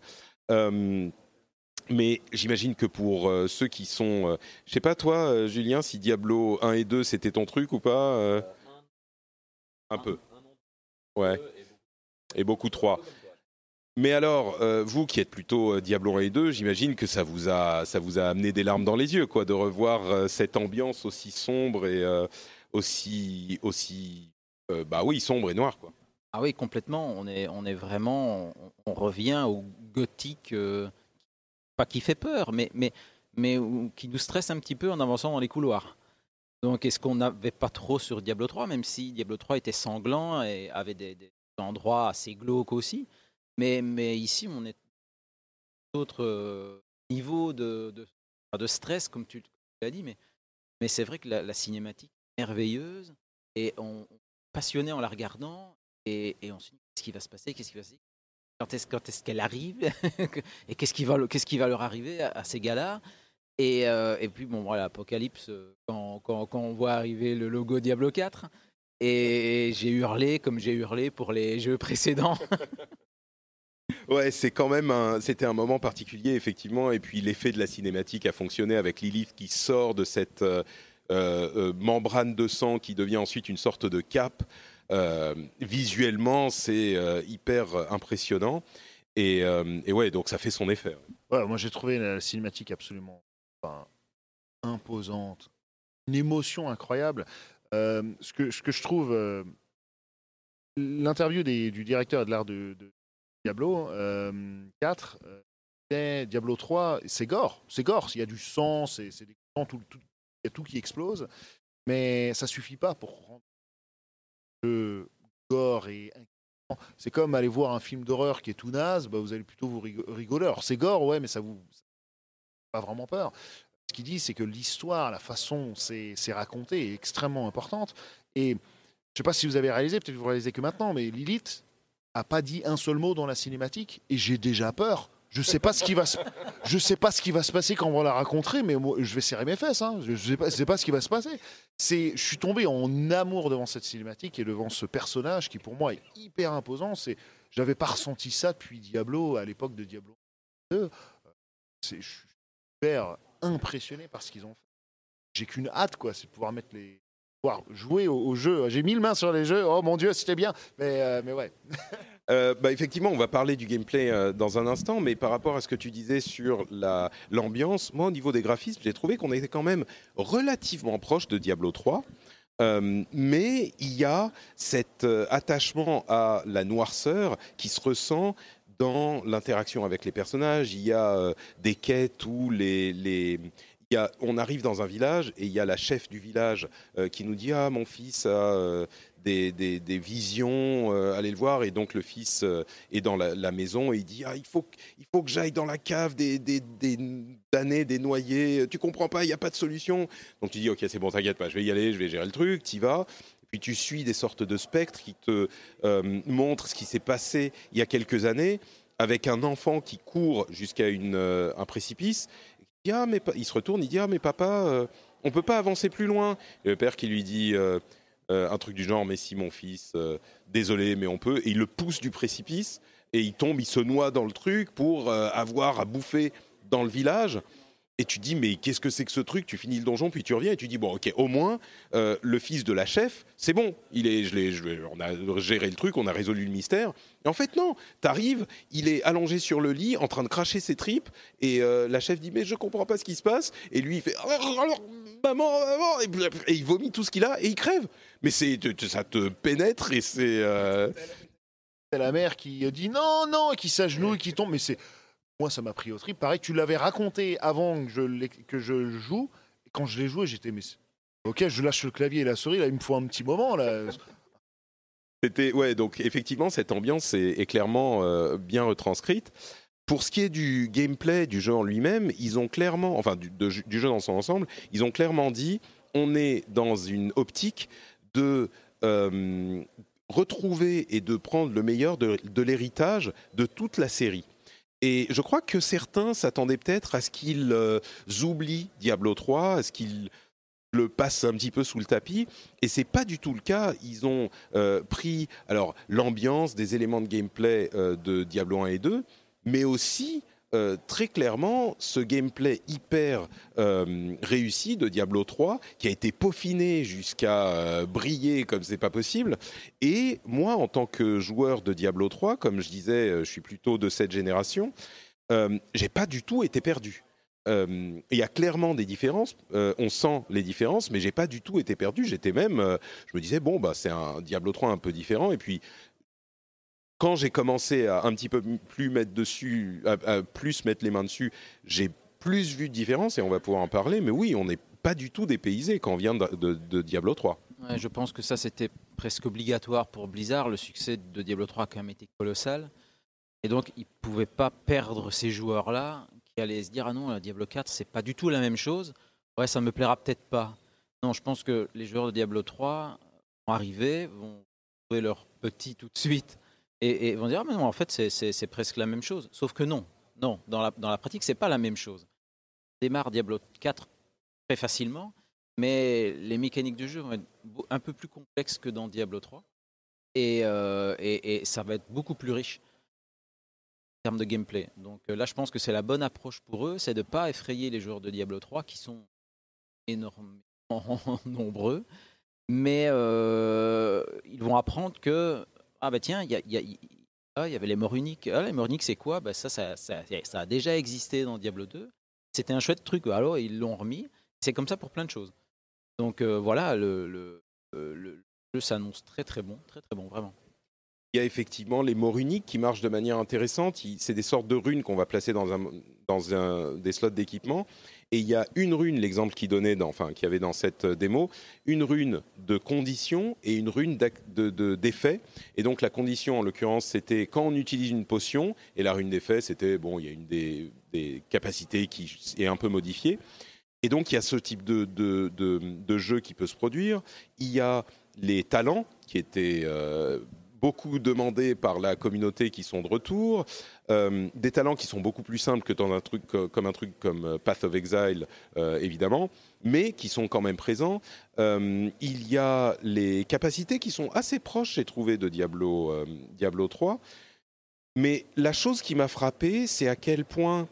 Mais j'imagine que pour ceux qui sont... je sais pas, toi, Julien, si Diablo 1 et 2, c'était ton truc ou pas Un peu. Ouais. Et beaucoup 3. Mais alors, vous qui êtes plutôt Diablo 1 et 2, j'imagine que ça vous a amené des larmes dans les yeux, quoi, de revoir cette ambiance aussi sombre et aussi sombre et noire, quoi. Ah oui, complètement. On est vraiment, on revient au gothique, pas qui fait peur, mais qui nous stresse un petit peu en avançant dans les couloirs. Donc, est-ce qu'on n'avait pas trop sur Diablo 3, même si Diablo 3 était sanglant et avait des endroits assez glauques aussi. Mais ici, on est à d'autres niveaux de stress, comme tu l'as dit. Mais c'est vrai que la cinématique est merveilleuse et on est passionné en la regardant et on se dit qu'est-ce qui va se passer, quand est-ce qu'elle arrive et qu'est-ce qui va leur arriver à ces gars-là. Et puis, bon, voilà, Apocalypse, quand on voit arriver le logo Diablo 4, et j'ai hurlé comme j'ai hurlé pour les jeux précédents. Ouais, c'était un moment particulier, effectivement, et puis l'effet de la cinématique a fonctionné avec Lilith qui sort de cette membrane de sang qui devient ensuite une sorte de cape. Visuellement, c'est hyper impressionnant, et ouais, donc ça fait son effet. Ouais, moi j'ai trouvé la cinématique absolument imposante, une émotion incroyable. Ce que je trouve, l'interview du directeur et de l'art de Diablo 4, Diablo 3, c'est gore, il y a du sang, c'est des il y a tout qui explose, mais ça suffit pas pour rendre le gore et inquiétant. C'est comme aller voir un film d'horreur qui est tout naze, bah vous allez plutôt vous rigoler. Alors c'est gore, ouais, mais ça vous pas vraiment peur. Ce qu'il dit, c'est que l'histoire, la façon dont c'est raconté est extrêmement importante. Et je sais pas si vous avez réalisé, peut-être que vous réalisez que maintenant, mais Lilith a pas dit un seul mot dans la cinématique et j'ai déjà peur. Je sais pas ce qui va se passer quand on va la raconter, mais moi, je vais serrer mes fesses. Hein. Je sais pas ce qui va se passer. Je suis tombé en amour devant cette cinématique et devant ce personnage qui pour moi est hyper imposant. J'avais pas ressenti ça depuis Diablo, à l'époque de Diablo 2. Je suis super impressionné par ce qu'ils ont fait. J'ai qu'une hâte, quoi, c'est de pouvoir jouer au jeu. J'ai mis le main sur les jeux. Oh mon Dieu, c'était bien. Mais ouais. Effectivement, on va parler du gameplay dans un instant, mais par rapport à ce que tu disais sur l'ambiance, moi, au niveau des graphismes, j'ai trouvé qu'on était quand même relativement proche de Diablo 3. Mais il y a cet attachement à la noirceur qui se ressent dans l'interaction avec les personnages. Il y a des quêtes où on arrive dans un village et il y a la chef du village qui nous dit « Ah, mon fils a des visions, allez le voir ». Et donc le fils est dans la maison et il dit « Ah, il faut que j'aille dans la cave des damnés, des noyés. Tu comprends pas, il n'y a pas de solution. » Donc tu dis « Ok, c'est bon, t'inquiète pas, je vais y aller, je vais gérer le truc. » Tu y vas. Puis tu suis des sortes de spectres qui te montrent ce qui s'est passé il y a quelques années avec un enfant qui court jusqu'à un précipice. Il se retourne, il dit « Ah, mais papa, on peut pas avancer plus loin ?» Et le père qui lui dit un truc du genre « Mais si, mon fils, désolé, mais on peut. » Et il le pousse du précipice et il tombe, il se noie dans le truc pour avoir à bouffer dans le village. Et tu dis, mais qu'est-ce que c'est que ce truc ? Tu finis le donjon, puis tu reviens et tu dis, bon, ok, au moins, le fils de la chef, c'est bon. On a géré le truc, on a résolu le mystère. Et en fait, non. T'arrives, il est allongé sur le lit, en train de cracher ses tripes, et la chef dit, mais je comprends pas ce qui se passe. Et lui, il fait, maman, et il vomit tout ce qu'il a, et il crève. Mais ça te pénètre, et c'est... C'est la mère qui dit, non, et qui s'agenouille, et qui tombe, mais c'est... Moi, ça m'a pris au trip. Pareil, tu l'avais raconté avant que je joue. Et quand je l'ai joué, j'étais... Mais ok, je lâche le clavier et la souris. Là, il me faut un petit moment. Là. Donc effectivement, cette ambiance est clairement bien retranscrite. Pour ce qui est du gameplay du jeu en lui-même, ils ont clairement... Enfin, du jeu dans son ensemble, ils ont clairement dit, on est dans une optique de... retrouver et de prendre le meilleur de l'héritage de toute la série. Et je crois que certains s'attendaient peut-être à ce qu'ils oublient Diablo 3, à ce qu'ils le passent un petit peu sous le tapis, et c'est pas du tout le cas. Ils ont pris l'ambiance, des éléments de gameplay de Diablo 1 et 2, mais aussi très clairement ce gameplay hyper réussi de Diablo 3 qui a été peaufiné jusqu'à briller comme c'est pas possible. Et moi, en tant que joueur de Diablo 3, comme je disais, je suis plutôt de cette génération, j'ai pas du tout été perdu. Il y a clairement des différences, on sent les différences, mais j'ai pas du tout été perdu. J'étais même, je me disais c'est un Diablo 3 un peu différent. Et puis quand j'ai commencé à un petit peu plus mettre dessus, à plus mettre les mains dessus, j'ai plus vu de différence et on va pouvoir en parler. Mais oui, on n'est pas du tout dépaysé quand on vient de Diablo 3. Ouais, je pense que ça c'était presque obligatoire pour Blizzard. Le succès de Diablo 3 a quand même été colossal. Et donc ils ne pouvaient pas perdre ces joueurs-là qui allaient se dire « Ah non, Diablo 4, c'est pas du tout la même chose. Ouais, ça me plaira peut-être pas. » Non, je pense que les joueurs de Diablo 3 vont arriver, vont trouver leur petit tout de suite et vont dire « Ah mais non, en fait, c'est presque la même chose. » Sauf que non, dans la pratique, c'est pas la même chose. On démarre Diablo 4 très facilement, mais les mécaniques de jeu vont être un peu plus complexes que dans Diablo 3 et ça va être beaucoup plus riche en termes de gameplay. Donc là, je pense que c'est la bonne approche pour eux, c'est de ne pas effrayer les joueurs de Diablo 3 qui sont énormément nombreux, mais ils vont apprendre que ah bah tiens, il y avait les morts uniques. Ah, les morts uniques, c'est quoi? Bah ça a déjà existé dans Diablo 2. C'était un chouette truc. Alors ils l'ont remis. C'est comme ça pour plein de choses. Donc voilà, le jeu s'annonce très très bon, vraiment. Il y a effectivement les morts uniques qui marchent de manière intéressante. C'est des sortes de runes qu'on va placer dans des slots d'équipement. Et il y a une rune, l'exemple qu'il y avait dans cette démo, une rune de condition et une rune d'effet. Et donc la condition, en l'occurrence, c'était quand on utilise une potion. Et la rune d'effet, c'était, il y a une des capacités qui est un peu modifiée. Et donc il y a ce type de jeu qui peut se produire. Il y a les talents qui étaient beaucoup demandés par la communauté qui sont de retour, des talents qui sont beaucoup plus simples que dans un truc comme Path of Exile, évidemment, mais qui sont quand même présents. Il y a les capacités qui sont assez proches, j'ai trouvé, de Diablo 3. Mais la chose qui m'a frappé, c'est à quel point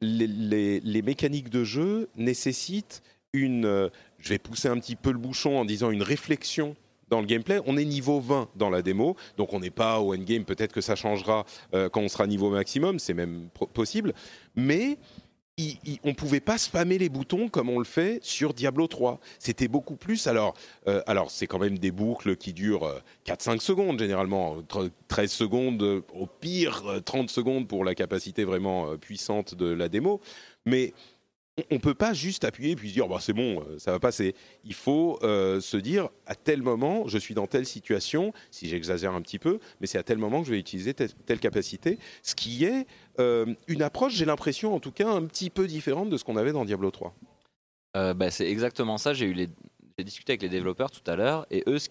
les mécaniques de jeu nécessitent je vais pousser un petit peu le bouchon en disant une réflexion dans le gameplay. On est niveau 20 dans la démo, donc on n'est pas au endgame, peut-être que ça changera quand on sera niveau maximum, c'est même possible, mais on ne pouvait pas spammer les boutons comme on le fait sur Diablo 3. C'était beaucoup plus, alors c'est quand même des boucles qui durent 4-5 secondes généralement, 13 secondes, au pire 30 secondes pour la capacité vraiment puissante de la démo, mais on ne peut pas juste appuyer et puis se dire c'est bon, ça va passer. Il faut se dire à tel moment, je suis dans telle situation, si j'exagère un petit peu, mais c'est à tel moment que je vais utiliser telle capacité. Ce qui est une approche, j'ai l'impression en tout cas, un petit peu différente de ce qu'on avait dans Diablo 3. C'est exactement ça. J'ai discuté avec les développeurs tout à l'heure et eux,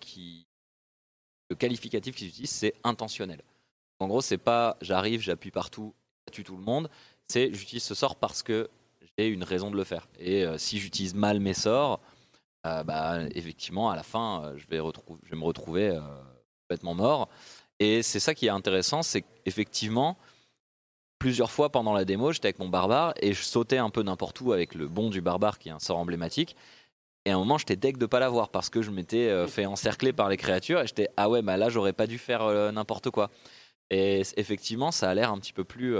le qualificatif qu'ils utilisent, c'est intentionnel. En gros, c'est pas j'arrive, j'appuie partout, ça tue tout le monde. C'est j'utilise ce sort parce que j'ai une raison de le faire. Et si j'utilise mal mes sorts, effectivement, à la fin, je vais me retrouver complètement mort. Et c'est ça qui est intéressant, c'est qu'effectivement, plusieurs fois pendant la démo, j'étais avec mon barbare et je sautais un peu n'importe où avec le bond du barbare, qui est un sort emblématique. Et à un moment, j'étais deg de pas l'avoir parce que je m'étais fait encercler par les créatures et j'étais ah ouais, là, j'aurais pas dû faire n'importe quoi. Et effectivement, ça a l'air un petit peu plus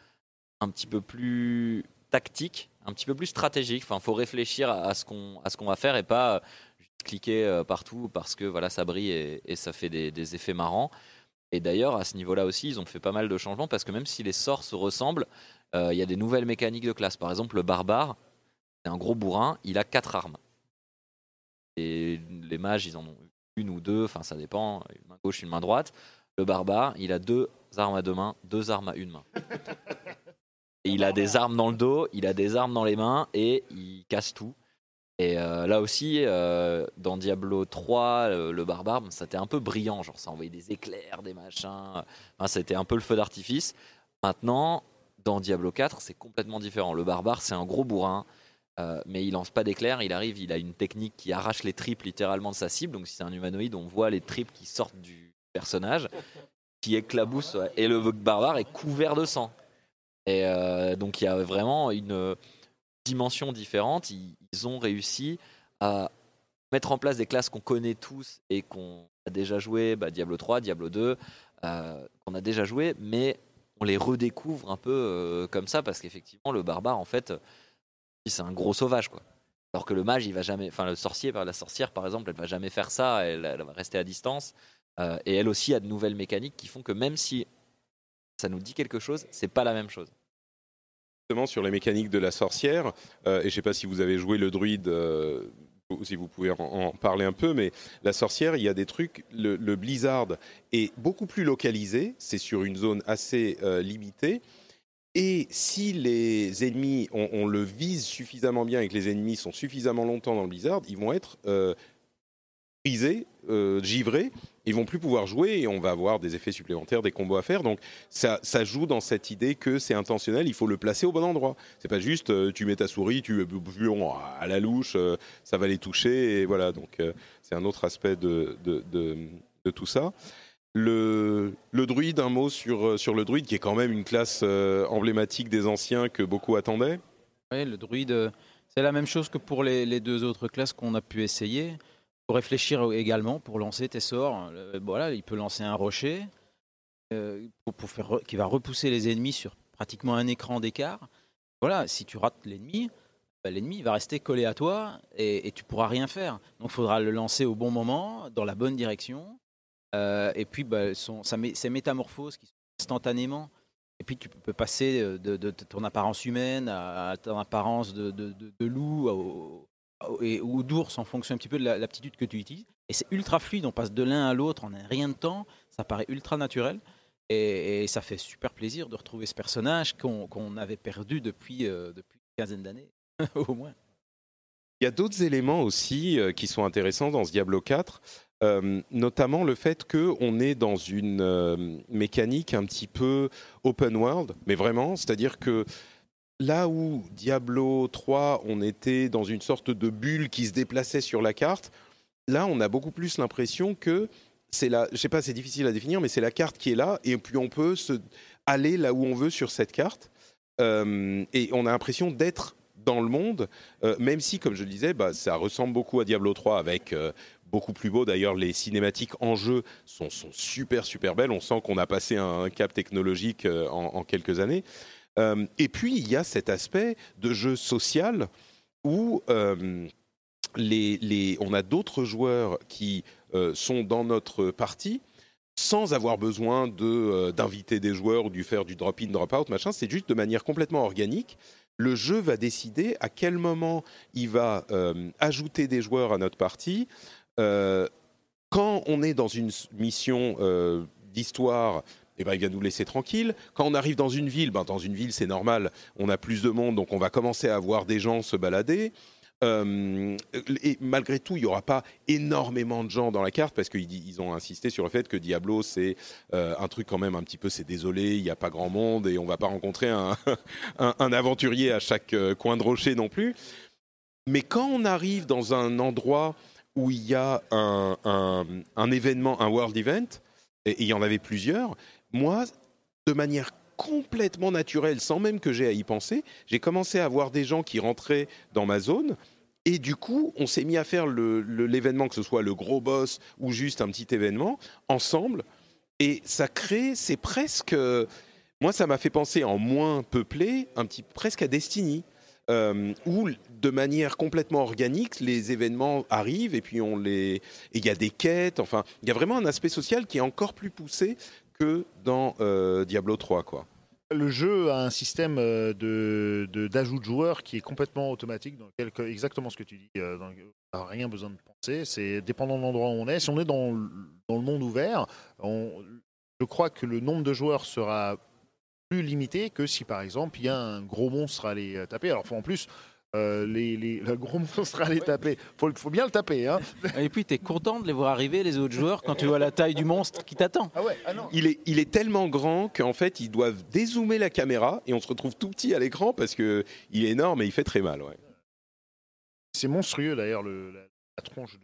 tactique, un petit peu plus stratégique. Enfin, faut réfléchir à ce qu'on va faire et pas juste cliquer partout parce que voilà, ça brille et ça fait des effets marrants. Et d'ailleurs, à ce niveau-là aussi, ils ont fait pas mal de changements parce que même si les sorts se ressemblent, il y a des nouvelles mécaniques de classe. Par exemple, le barbare, c'est un gros bourrin, il a 4 armes. Et les mages, ils en ont une ou deux, enfin ça dépend, une main gauche, une main droite. Le barbare, il a 2 armes à 2 mains, 2 armes à 1 main. Et il a des armes dans le dos, il a des armes dans les mains et il casse tout. Et là aussi, dans Diablo 3, le barbare, c'était un peu brillant, genre ça envoyait des éclairs, des machins. Enfin, c'était un peu le feu d'artifice. Maintenant, dans Diablo 4, c'est complètement différent. Le barbare, c'est un gros bourrin. mais il lance pas d'éclairs. Il arrive, il a une technique qui arrache les tripes littéralement de sa cible. Donc si c'est un humanoïde, on voit les tripes qui sortent du personnage, qui éclaboussent, et le barbare est couvert de sang. Et donc il y a vraiment une dimension différente. Ils ont réussi à mettre en place des classes qu'on connaît tous et qu'on a déjà joué, Diablo 3, Diablo 2, qu'on a déjà joué, mais on les redécouvre un peu comme ça, parce qu'effectivement le barbare, en fait, c'est un gros sauvage, quoi. Alors que le mage, il va jamais, enfin la sorcière par exemple, elle va jamais faire ça, elle va rester à distance. Et elle aussi a de nouvelles mécaniques qui font que même si ça nous dit quelque chose, c'est pas la même chose. Justement sur les mécaniques de la sorcière, et je sais pas si vous avez joué le druide, si vous pouvez en parler un peu, mais la sorcière, il y a des trucs, le blizzard est beaucoup plus localisé, c'est sur une zone assez limitée. Et si les ennemis, on le vise suffisamment bien et que les ennemis sont suffisamment longtemps dans le blizzard, ils vont être brisés, givrés, ils vont plus pouvoir jouer et on va avoir des effets supplémentaires, des combos à faire. Donc ça joue dans cette idée que c'est intentionnel, il faut le placer au bon endroit. C'est pas juste tu mets ta souris, tu à la louche, ça va les toucher et voilà. Donc c'est un autre aspect de tout ça. Le druide, un mot sur le druide qui est quand même une classe emblématique des anciens que beaucoup attendaient. Oui, le druide, c'est la même chose que pour les deux autres classes qu'on a pu essayer. Il faut réfléchir également pour lancer tes sorts. Voilà, il peut lancer un rocher qui va repousser les ennemis sur pratiquement un écran d'écart. Voilà, si tu rates l'ennemi, l'ennemi va rester collé à toi et tu pourras rien faire. Donc il faudra le lancer au bon moment, dans la bonne direction. Et puis ces métamorphoses qui sont instantanément. Et puis tu peux passer de ton apparence humaine à ton apparence de loup ou d'ours en fonction un petit peu de l'aptitude que tu utilises. Et c'est ultra fluide, on passe de l'un à l'autre en rien de temps, ça paraît ultra naturel. Et ça fait super plaisir de retrouver ce personnage qu'on avait perdu depuis une quinzaine d'années, au moins. Il y a d'autres éléments aussi qui sont intéressants dans ce Diablo 4. Notamment le fait qu'on est dans une mécanique un petit peu open world, mais vraiment, c'est-à-dire que là où Diablo 3, on était dans une sorte de bulle qui se déplaçait sur la carte, là on a beaucoup plus l'impression que c'est je sais pas, c'est difficile à définir, mais c'est la carte qui est là, et puis on peut aller là où on veut sur cette carte, et on a l'impression d'être dans le monde, même si, comme je le disais, ça ressemble beaucoup à Diablo 3 avec beaucoup plus beau. D'ailleurs, les cinématiques en jeu sont super, super belles. On sent qu'on a passé un cap technologique en quelques années. Et puis, il y a cet aspect de jeu social où on a d'autres joueurs qui sont dans notre partie sans avoir besoin d'inviter des joueurs ou de faire du drop-in, drop-out, machin. C'est juste de manière complètement organique. Le jeu va décider à quel moment il va ajouter des joueurs à notre partie. Quand on est dans une mission d'histoire, il va nous laisser tranquille. Quand on arrive dans une ville, c'est normal, on a plus de monde, donc on va commencer à voir des gens se balader. Et malgré tout, il n'y aura pas énormément de gens dans la carte parce qu'ils ont insisté sur le fait que Diablo, c'est un truc quand même un petit peu, c'est désolé, il n'y a pas grand monde et on ne va pas rencontrer un aventurier à chaque coin de rocher non plus. Mais quand on arrive dans un endroit où il y a un événement, un world event, et il y en avait plusieurs, moi, de manière complètement naturelle, sans même que j'aie à y penser, j'ai commencé à voir des gens qui rentraient dans ma zone, et du coup, on s'est mis à faire l'événement, que ce soit le gros boss ou juste un petit événement, ensemble, et ça crée, c'est presque... moi, ça m'a fait penser en moins peuplé, presque à Destiny, où de manière complètement organique, les événements arrivent et puis il y a des quêtes, enfin, il y a vraiment un aspect social qui est encore plus poussé que dans Diablo 3, quoi. Le jeu a un système d'ajout de joueurs qui est complètement automatique, dans lequel, exactement ce que tu dis, on n'a rien besoin de penser, c'est dépendant de l'endroit où on est. Si on est dans le monde ouvert, je crois que le nombre de joueurs sera plus limité que si par exemple il y a un gros monstre à aller taper. Alors en plus le gros monstre à aller taper, faut bien le taper, hein. Et puis tu es content de les voir arriver, les autres joueurs, quand tu vois la taille du monstre qui t'attend. Ah ouais, ah non. Il est tellement grand qu'en fait ils doivent dézoomer la caméra et on se retrouve tout petit à l'écran parce que il est énorme et il fait très mal, ouais. C'est monstrueux d'ailleurs, la tronche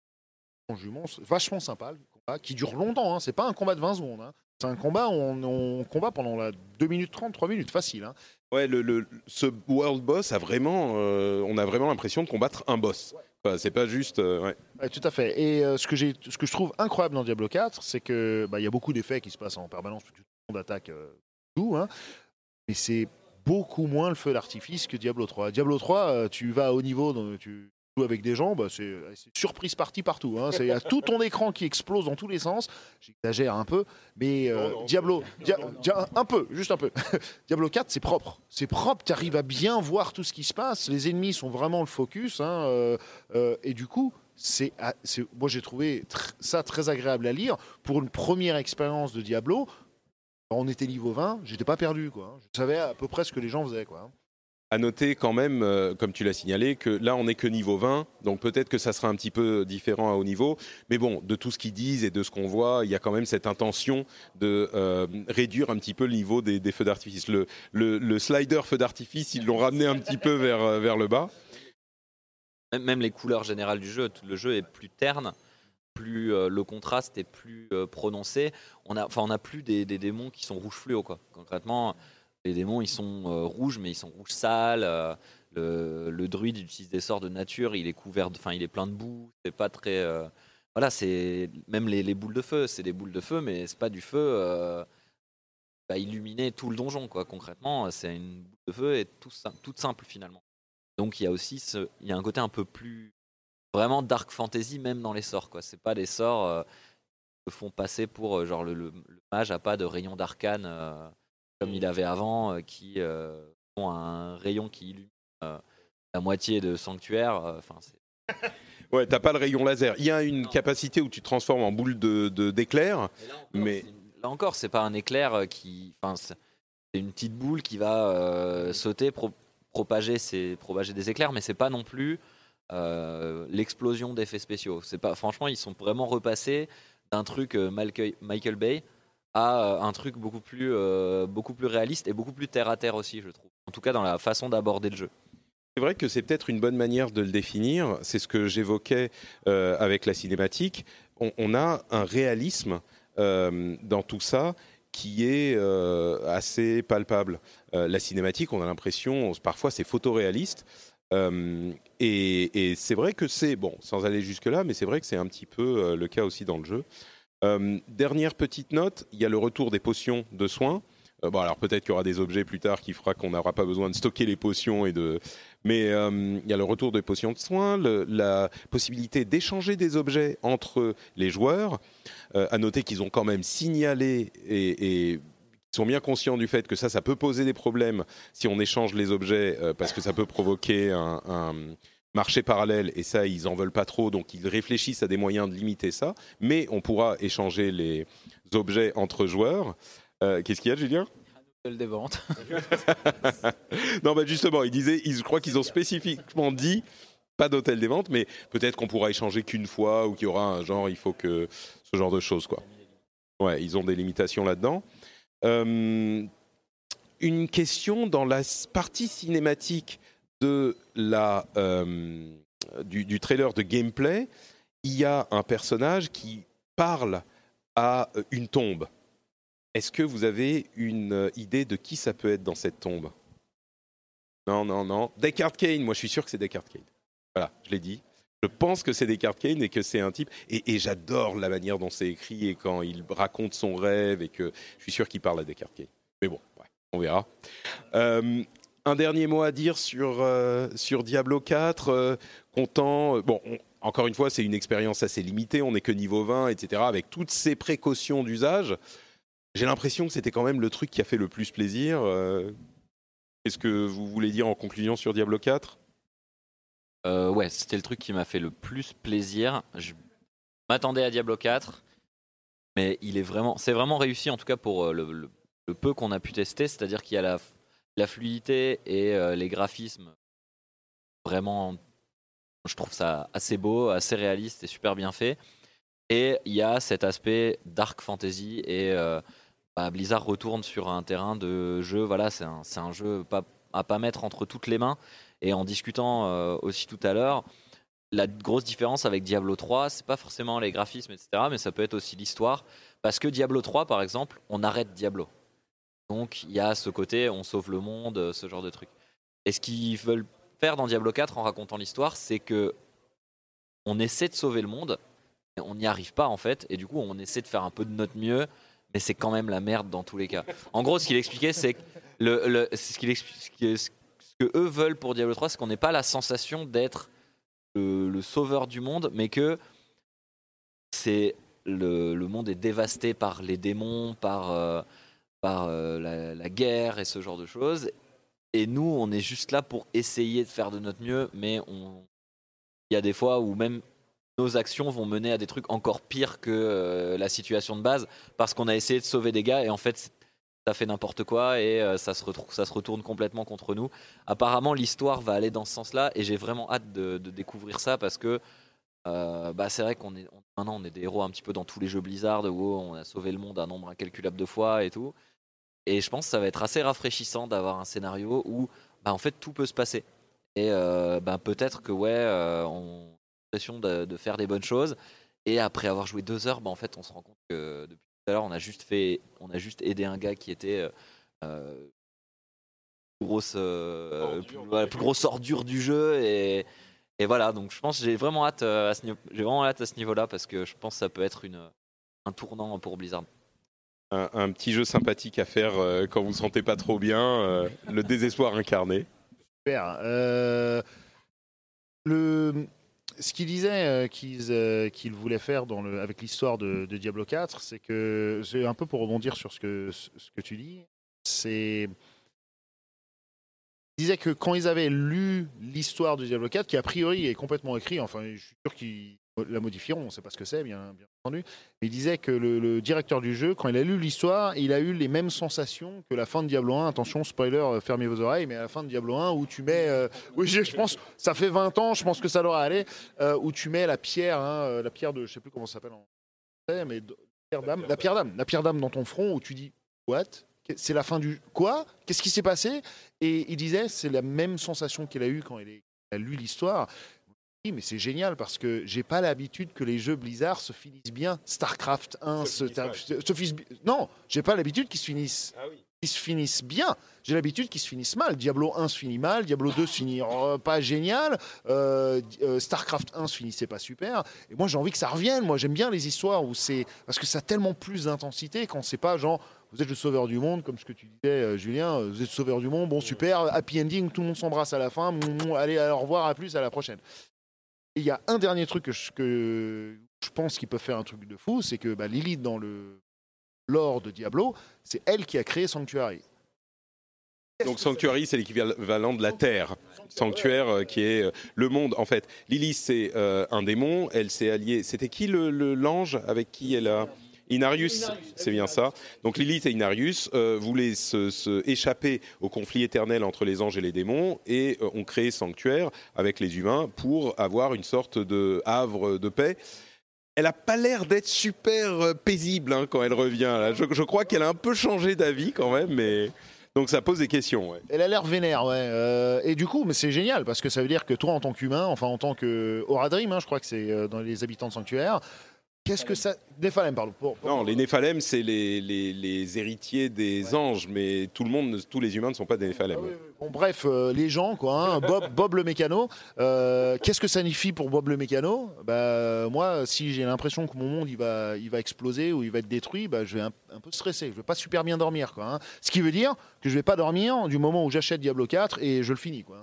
du monstre. Vachement sympa le combat, qui dure longtemps. Hein. C'est pas un combat de 20 secondes. Hein. C'est un combat où on combat pendant 2 minutes 30, 3 minutes, facile. Hein. Ouais, ce World Boss a vraiment, on a vraiment l'impression de combattre un boss. Enfin, c'est pas juste. Ouais. Ouais, tout à fait. Et ce que je trouve incroyable dans Diablo 4, c'est que y a beaucoup d'effets qui se passent en permanence, tout le monde attaque tout, hein, mais c'est beaucoup moins le feu d'artifice que Diablo 3. Diablo 3, tu vas à haut niveau, tu joues avec des gens, c'est surprise party partout. Hein. Il y a tout ton écran qui explose dans tous les sens. J'exagère un peu, mais Diablo, un peu, juste un peu. Diablo 4, c'est propre. C'est propre, tu arrives à bien voir tout ce qui se passe. Les ennemis sont vraiment le focus. Hein, et du coup, moi j'ai trouvé ça très agréable à lire. Pour une première expérience de Diablo, quand on était niveau 20, j'étais pas perdu. Quoi. Je savais à peu près ce que les gens faisaient. Quoi. À noter quand même, comme tu l'as signalé, que là on n'est que niveau 20, donc peut-être que ça sera un petit peu différent à haut niveau. Mais bon, de tout ce qu'ils disent et de ce qu'on voit, il y a quand même cette intention de réduire un petit peu le niveau des feux d'artifice. Le slider feu d'artifice, ils l'ont ramené un petit peu vers le bas. Même les couleurs générales du jeu, tout le jeu est plus terne, plus le contraste est plus prononcé. On a plus des démons qui sont rouges fluo, quoi. Concrètement, les démons ils sont rouges, mais ils sont rouges sales. Le druide il utilise des sorts de nature, il est couvert, il est plein de boue. C'est pas très, voilà, c'est même les boules de feu, c'est des boules de feu, mais c'est pas du feu. Illuminer tout le donjon, quoi. Concrètement, c'est une boule de feu et toute simple finalement. Donc il y a aussi il y a un côté un peu plus vraiment dark fantasy même dans les sorts, quoi. C'est pas des sorts qui font passer pour genre le mage a pas de rayon d'arcane comme il avait avant qui ont un rayon qui illumine la moitié de sanctuaire. Ouais, t'as pas le rayon laser. Il y a une capacité où tu te transformes en boule d'éclair, mais là encore c'est pas un éclair c'est une petite boule qui va sauter. Propager des éclairs, mais c'est pas non plus l'explosion d'effets spéciaux. C'est pas, franchement, ils sont vraiment repassés d'un truc Michael Bay à un truc beaucoup plus réaliste et beaucoup plus terre à terre aussi, je trouve. En tout cas, dans la façon d'aborder le jeu. C'est vrai que c'est peut-être une bonne manière de le définir. C'est ce que j'évoquais avec la cinématique. On a un réalisme dans tout ça qui est assez palpable. La cinématique, on a l'impression, parfois c'est photoréaliste, et c'est vrai que c'est, bon, sans aller jusque-là, mais c'est vrai que c'est un petit peu le cas aussi dans le jeu. Dernière petite note, il y a le retour des potions de soins. Alors peut-être qu'il y aura des objets plus tard qui fera qu'on n'aura pas besoin de stocker les potions mais il y a le retour des potions de soins, la possibilité d'échanger des objets entre les joueurs. À noter qu'ils ont quand même signalé et sont bien conscients du fait que ça peut poser des problèmes si on échange les objets parce que ça peut provoquer un marché parallèle et ça ils en veulent pas trop, donc ils réfléchissent à des moyens de limiter ça, mais on pourra échanger les objets entre joueurs. Qu'est-ce qu'il y a, Julien ? Des ventes. Non, justement, je crois qu'ils ont spécifiquement dit pas d'hôtel des ventes, mais peut-être qu'on pourra échanger qu'une fois ou qu'il y aura un genre, il faut que ce genre de choses, quoi. Ouais, ils ont des limitations là-dedans. Une question dans la partie cinématique de du trailer de gameplay, il y a un personnage qui parle à une tombe. Est-ce que vous avez une idée de qui ça peut être dans cette tombe ? Non. Deckard Cain, moi je suis sûr que c'est Deckard Cain. Voilà, je l'ai dit. Je pense que c'est Deckard Cain et que c'est un type... Et j'adore la manière dont c'est écrit et quand il raconte son rêve et que je suis sûr qu'il parle à Deckard Cain. Mais bon, ouais, on verra. Un dernier mot à dire sur Diablo 4. Content... encore une fois, c'est une expérience assez limitée. On n'est que niveau 20, etc. Avec toutes ces précautions d'usage... J'ai l'impression que c'était quand même le truc qui a fait le plus plaisir. Qu'est-ce que vous voulez dire en conclusion sur Diablo 4 ? Ouais, c'était le truc qui m'a fait le plus plaisir. Je m'attendais à Diablo 4, mais c'est vraiment réussi en tout cas pour le peu qu'on a pu tester. C'est-à-dire qu'il y a la fluidité et les graphismes. Vraiment, je trouve ça assez beau, assez réaliste et super bien fait. Et il y a cet aspect dark fantasy et Blizzard retourne sur un terrain de jeu. Voilà, c'est un jeu à pas mettre entre toutes les mains Et en discutant aussi tout à l'heure, la grosse différence avec Diablo 3, c'est pas forcément les graphismes, etc., mais ça peut être aussi l'histoire. Parce que Diablo 3, par exemple, on arrête Diablo. Donc il y a ce côté, on sauve le monde, ce genre de truc. Et ce qu'ils veulent faire dans Diablo 4 en racontant l'histoire, c'est que on essaie de sauver le monde, mais on n'y arrive pas en fait, et du coup on essaie de faire un peu de notre mieux, mais c'est quand même la merde dans tous les cas. En gros, ce qu'il expliquait, c'est que ce que eux veulent pour Diablo 3, c'est qu'on n'ait pas la sensation d'être le sauveur du monde, mais que c'est le monde est dévasté par les démons, par la guerre et ce genre de choses. Et nous, on est juste là pour essayer de faire de notre mieux, mais il y a des fois où même nos actions vont mener à des trucs encore pires que la situation de base, parce qu'on a essayé de sauver des gars et en fait ça fait n'importe quoi et ça se retourne complètement contre nous. Apparemment l'histoire va aller dans ce sens-là et j'ai vraiment hâte de découvrir ça, parce que c'est vrai maintenant on est des héros un petit peu dans tous les jeux Blizzard où on a sauvé le monde un nombre incalculable de fois et tout. Et je pense que ça va être assez rafraîchissant d'avoir un scénario où en fait tout peut se passer. Et peut-être que on a l'impression de faire des bonnes choses. Et après avoir joué 2 heures, en fait on se rend compte que depuis tout à l'heure on a juste aidé un gars qui était plus grosse ordure du jeu. Et voilà, donc je pense que j'ai vraiment hâte à ce niveau-là, parce que je pense que ça peut être un tournant pour Blizzard. Un petit jeu sympathique à faire quand vous ne sentez pas trop bien, le désespoir incarné. Super. Ce qu'il disait qu'il voulait faire avec l'histoire de Diablo 4, c'est que, c'est un peu pour rebondir sur ce que tu dis, il disait que quand ils avaient lu l'histoire de Diablo 4, qui a priori est complètement écrit, enfin je suis sûr qu'ils la modifieront, on ne sait pas ce que c'est, bien entendu. Il disait que le directeur du jeu, quand il a lu l'histoire, il a eu les mêmes sensations que la fin de Diablo 1. Attention, spoiler, fermez vos oreilles, mais à la fin de Diablo 1, où tu mets... oui, je pense, ça fait 20 ans, je pense que ça devrait aller, où tu mets la pierre, la pierre de... Je ne sais plus comment ça s'appelle en français, mais la pierre d'âme dans ton front, où tu dis, what ? C'est la fin du... Quoi ? Qu'est-ce qui s'est passé ? Et il disait, c'est la même sensation qu'il a eue quand il a lu l'histoire. Oui, mais c'est génial, parce que j'ai pas l'habitude que les jeux Blizzard se finissent bien. StarCraft 1 non, j'ai pas l'habitude qu'ils se finissent bien. J'ai l'habitude qu'ils se finissent mal. Diablo 1 se finit mal, Diablo 2 se finit pas génial, StarCraft 1 se finissait pas super. Et moi j'ai envie que ça revienne. Moi j'aime bien les histoires où c'est, parce que ça a tellement plus d'intensité quand c'est pas genre vous êtes le sauveur du monde, comme ce que tu disais, Julien, vous êtes le sauveur du monde, bon super, happy ending, tout le monde s'embrasse à la fin, allez, au revoir, à plus, à la prochaine. Et il y a un dernier truc que je pense qu'il peut faire un truc de fou, c'est que Lilith, dans le lore de Diablo, c'est elle qui a créé Sanctuary. Donc Sanctuary, c'est l'équivalent de la Terre. Sanctuaire, qui est le monde, en fait. Lilith, c'est un démon, elle s'est alliée... C'était qui l'ange avec qui elle a... Inarius, c'est bien ça. Donc Lilith et Inarius voulaient se échapper au conflit éternel entre les anges et les démons et ont créé Sanctuaire avec les humains pour avoir une sorte de havre de paix. Elle a pas l'air d'être super paisible quand elle revient. Là. Je crois qu'elle a un peu changé d'avis quand même, mais... Donc ça pose des questions. Ouais. Elle a l'air vénère, ouais. Et du coup, mais c'est génial, parce que ça veut dire que toi, en tant qu'humain, enfin en tant que Horadrim, je crois que c'est dans les habitants de Sanctuaire, qu'est-ce que ça... Néphalem, pardon. Non, les Néphalem, c'est les héritiers des anges, mais tous les humains ne sont pas des Néphalem. Ah oui. Bon, bref, les gens, quoi. Bob le mécano. Qu'est-ce que ça signifie pour Bob le mécano ? Moi, si j'ai l'impression que mon monde il va exploser ou il va être détruit, je vais un peu stresser. Je vais pas super bien dormir, quoi. Ce qui veut dire que je vais pas dormir du moment où j'achète Diablo 4 et je le finis, quoi.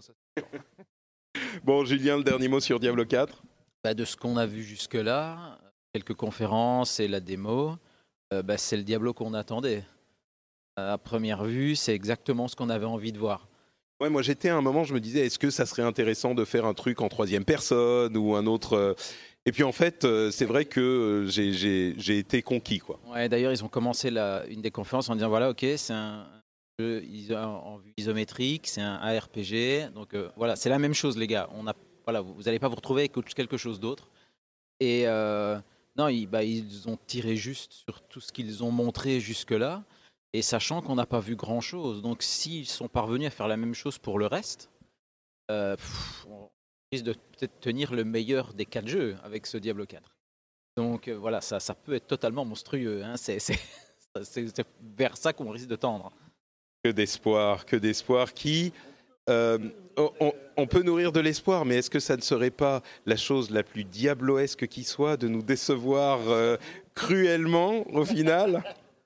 Bon, Julien, le dernier mot sur Diablo 4 ? De ce qu'on a vu jusque-là, quelques conférences et la démo, c'est le Diablo qu'on attendait. À première vue, c'est exactement ce qu'on avait envie de voir. Ouais, moi j'étais à un moment, je me disais, est-ce que ça serait intéressant de faire un truc en 3e personne ou un autre... Et puis en fait, c'est vrai que j'ai été conquis, quoi. Ouais, d'ailleurs, ils ont commencé une des conférences en disant, voilà, ok, c'est un jeu en vue isométrique, c'est un ARPG, donc voilà, c'est la même chose, les gars. Vous n'allez pas vous retrouver avec quelque chose d'autre. Et non, ils ont tiré juste sur tout ce qu'ils ont montré jusque-là, et sachant qu'on n'a pas vu grand-chose. Donc s'ils sont parvenus à faire la même chose pour le reste, on risque de peut-être tenir le meilleur des 4 jeux avec ce Diablo 4. Donc voilà, ça peut être totalement monstrueux. Hein. C'est vers ça qu'on risque de tendre. Que d'espoir qui... on peut nourrir de l'espoir, mais est-ce que ça ne serait pas la chose la plus diabloesque qui soit de nous décevoir cruellement au final ?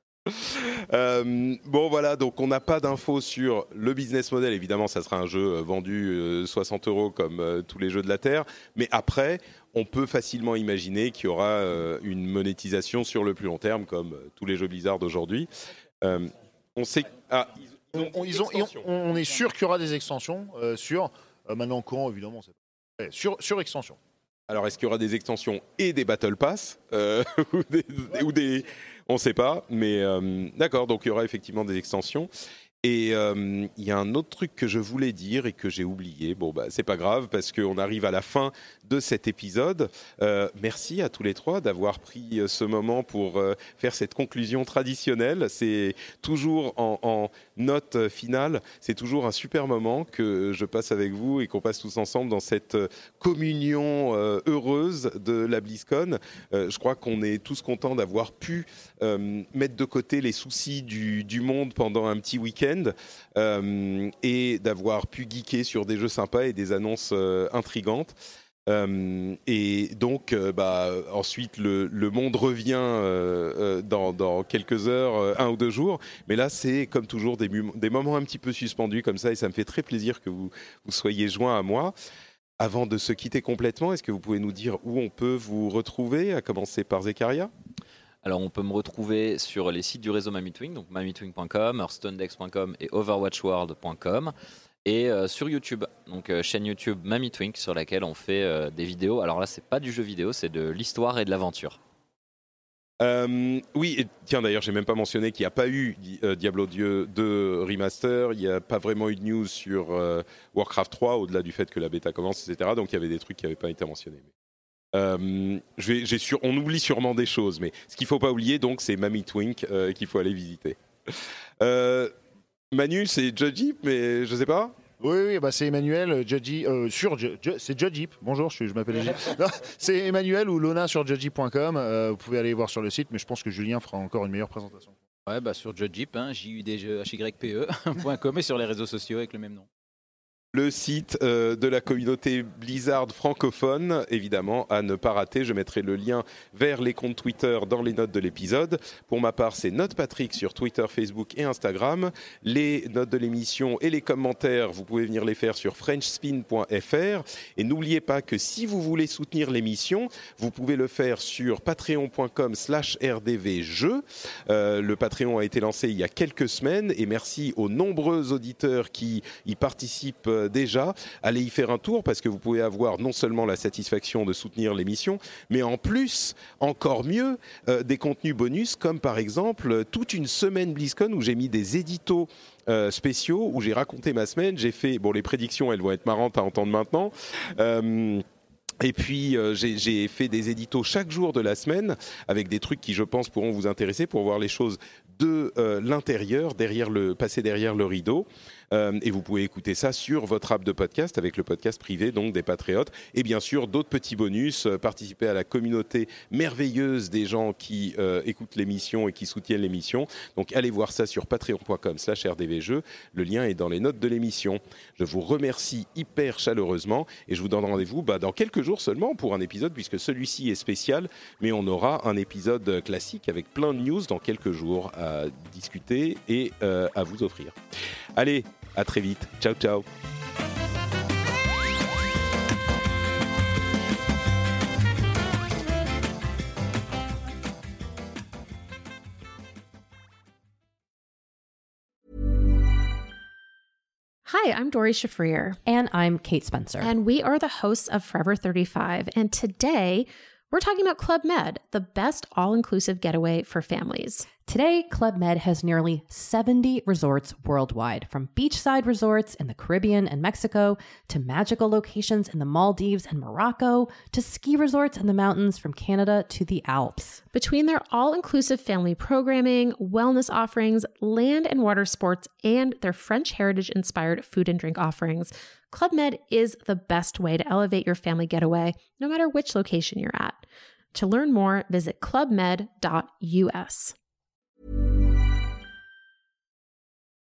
Bon voilà, donc on n'a pas d'infos sur le business model. Évidemment, ça sera un jeu vendu 60 € comme tous les jeux de la Terre. Mais après, on peut facilement imaginer qu'il y aura une monétisation sur le plus long terme, comme tous les jeux Blizzard aujourd'hui. On sait... on est sûr qu'il y aura des extensions maintenant quand évidemment sur extension. Alors est-ce qu'il y aura des extensions et des Battle Pass ou des on ne sait pas, mais d'accord, donc il y aura effectivement des extensions. Et il y a un autre truc que je voulais dire et que j'ai oublié. Bon, bah, c'est pas grave parce qu'on arrive à la fin de cet épisode. Merci à tous les trois d'avoir pris ce moment pour faire cette conclusion traditionnelle. C'est toujours en note finale. C'est toujours un super moment que je passe avec vous et qu'on passe tous ensemble dans cette communion heureuse de la BlizzCon. Je crois qu'on est tous contents d'avoir pu mettre de côté les soucis du monde pendant un petit week-end. Et d'avoir pu geeker sur des jeux sympas et des annonces intrigantes. Et donc, ensuite, le monde revient dans quelques heures, 1 ou 2 jours. Mais là, c'est comme toujours des moments un petit peu suspendus comme ça, et ça me fait très plaisir que vous soyez joints à moi. Avant de se quitter complètement, est-ce que vous pouvez nous dire où on peut vous retrouver, à commencer par Zekaria ? Alors, on peut me retrouver sur les sites du réseau Mamitwing, donc mamitwing.com, hearthstonedex.com et overwatchworld.com, et sur YouTube, donc chaîne YouTube Mamitwing, sur laquelle on fait des vidéos. Alors là, c'est pas du jeu vidéo, c'est de l'histoire et de l'aventure. Oui, et tiens, d'ailleurs, j'ai même pas mentionné qu'il n'y a pas eu Diablo 2 Remaster, il n'y a pas vraiment eu de news sur Warcraft 3, au-delà du fait que la bêta commence, etc. Donc, il y avait des trucs qui n'avaient pas été mentionnés. On oublie sûrement des choses, mais ce qu'il ne faut pas oublier, donc, c'est Mamitwink qu'il faut aller visiter. Manu, c'est Judgeep, mais je ne sais pas. Oui, bah c'est Emmanuel, c'est Judgeep. Bonjour, je m'appelle Judgeep. C'est Emmanuel ou Lona sur judgeep.com. Vous pouvez aller voir sur le site, mais je pense que Julien fera encore une meilleure présentation. Ouais, bah sur Judgeep, JUDGHYPE.com et sur les réseaux sociaux avec le même nom. Le site de la communauté Blizzard francophone, évidemment, à ne pas rater. Je mettrai le lien vers les comptes Twitter dans les notes de l'épisode. Pour ma part, c'est NotePatrick sur Twitter, Facebook et Instagram. Les notes de l'émission et les commentaires, vous pouvez venir les faire sur frenchspin.fr. Et n'oubliez pas que si vous voulez soutenir l'émission, vous pouvez le faire sur patreon.com/rdvjeux. Le Patreon a été lancé il y a quelques semaines et merci aux nombreux auditeurs qui y participent déjà. Allez y faire un tour parce que vous pouvez avoir non seulement la satisfaction de soutenir l'émission, mais en plus, encore mieux, des contenus bonus comme par exemple toute une semaine BlizzCon où j'ai mis des éditos spéciaux, où j'ai raconté ma semaine. J'ai fait, les prédictions, elles vont être marrantes à entendre maintenant. Et puis, j'ai fait des éditos chaque jour de la semaine avec des trucs qui, je pense, pourront vous intéresser pour voir les choses de l'intérieur, passer derrière le rideau. Et vous pouvez écouter ça sur votre app de podcast avec le podcast privé donc des Patriotes. Et bien sûr, d'autres petits bonus, participer à la communauté merveilleuse des gens qui écoutent l'émission et qui soutiennent l'émission. Donc, allez voir ça sur patreon.com/rdvjeux. Le lien est dans les notes de l'émission. Je vous remercie hyper chaleureusement et je vous donne rendez-vous dans quelques jours seulement pour un épisode puisque celui-ci est spécial. Mais on aura un épisode classique avec plein de news dans quelques jours à discuter et à vous offrir. Allez, à très vite. Ciao, ciao. Hi, I'm Dori Shafrir. And I'm Kate Spencer. And we are the hosts of Forever 35. And today, we're talking about Club Med, the best all-inclusive getaway for families. Today, Club Med has nearly 70 resorts worldwide, from beachside resorts in the Caribbean and Mexico, to magical locations in the Maldives and Morocco, to ski resorts in the mountains from Canada to the Alps. Between their all-inclusive family programming, wellness offerings, land and water sports, and their French heritage-inspired food and drink offerings, Club Med is the best way to elevate your family getaway, no matter which location you're at. To learn more, visit clubmed.us.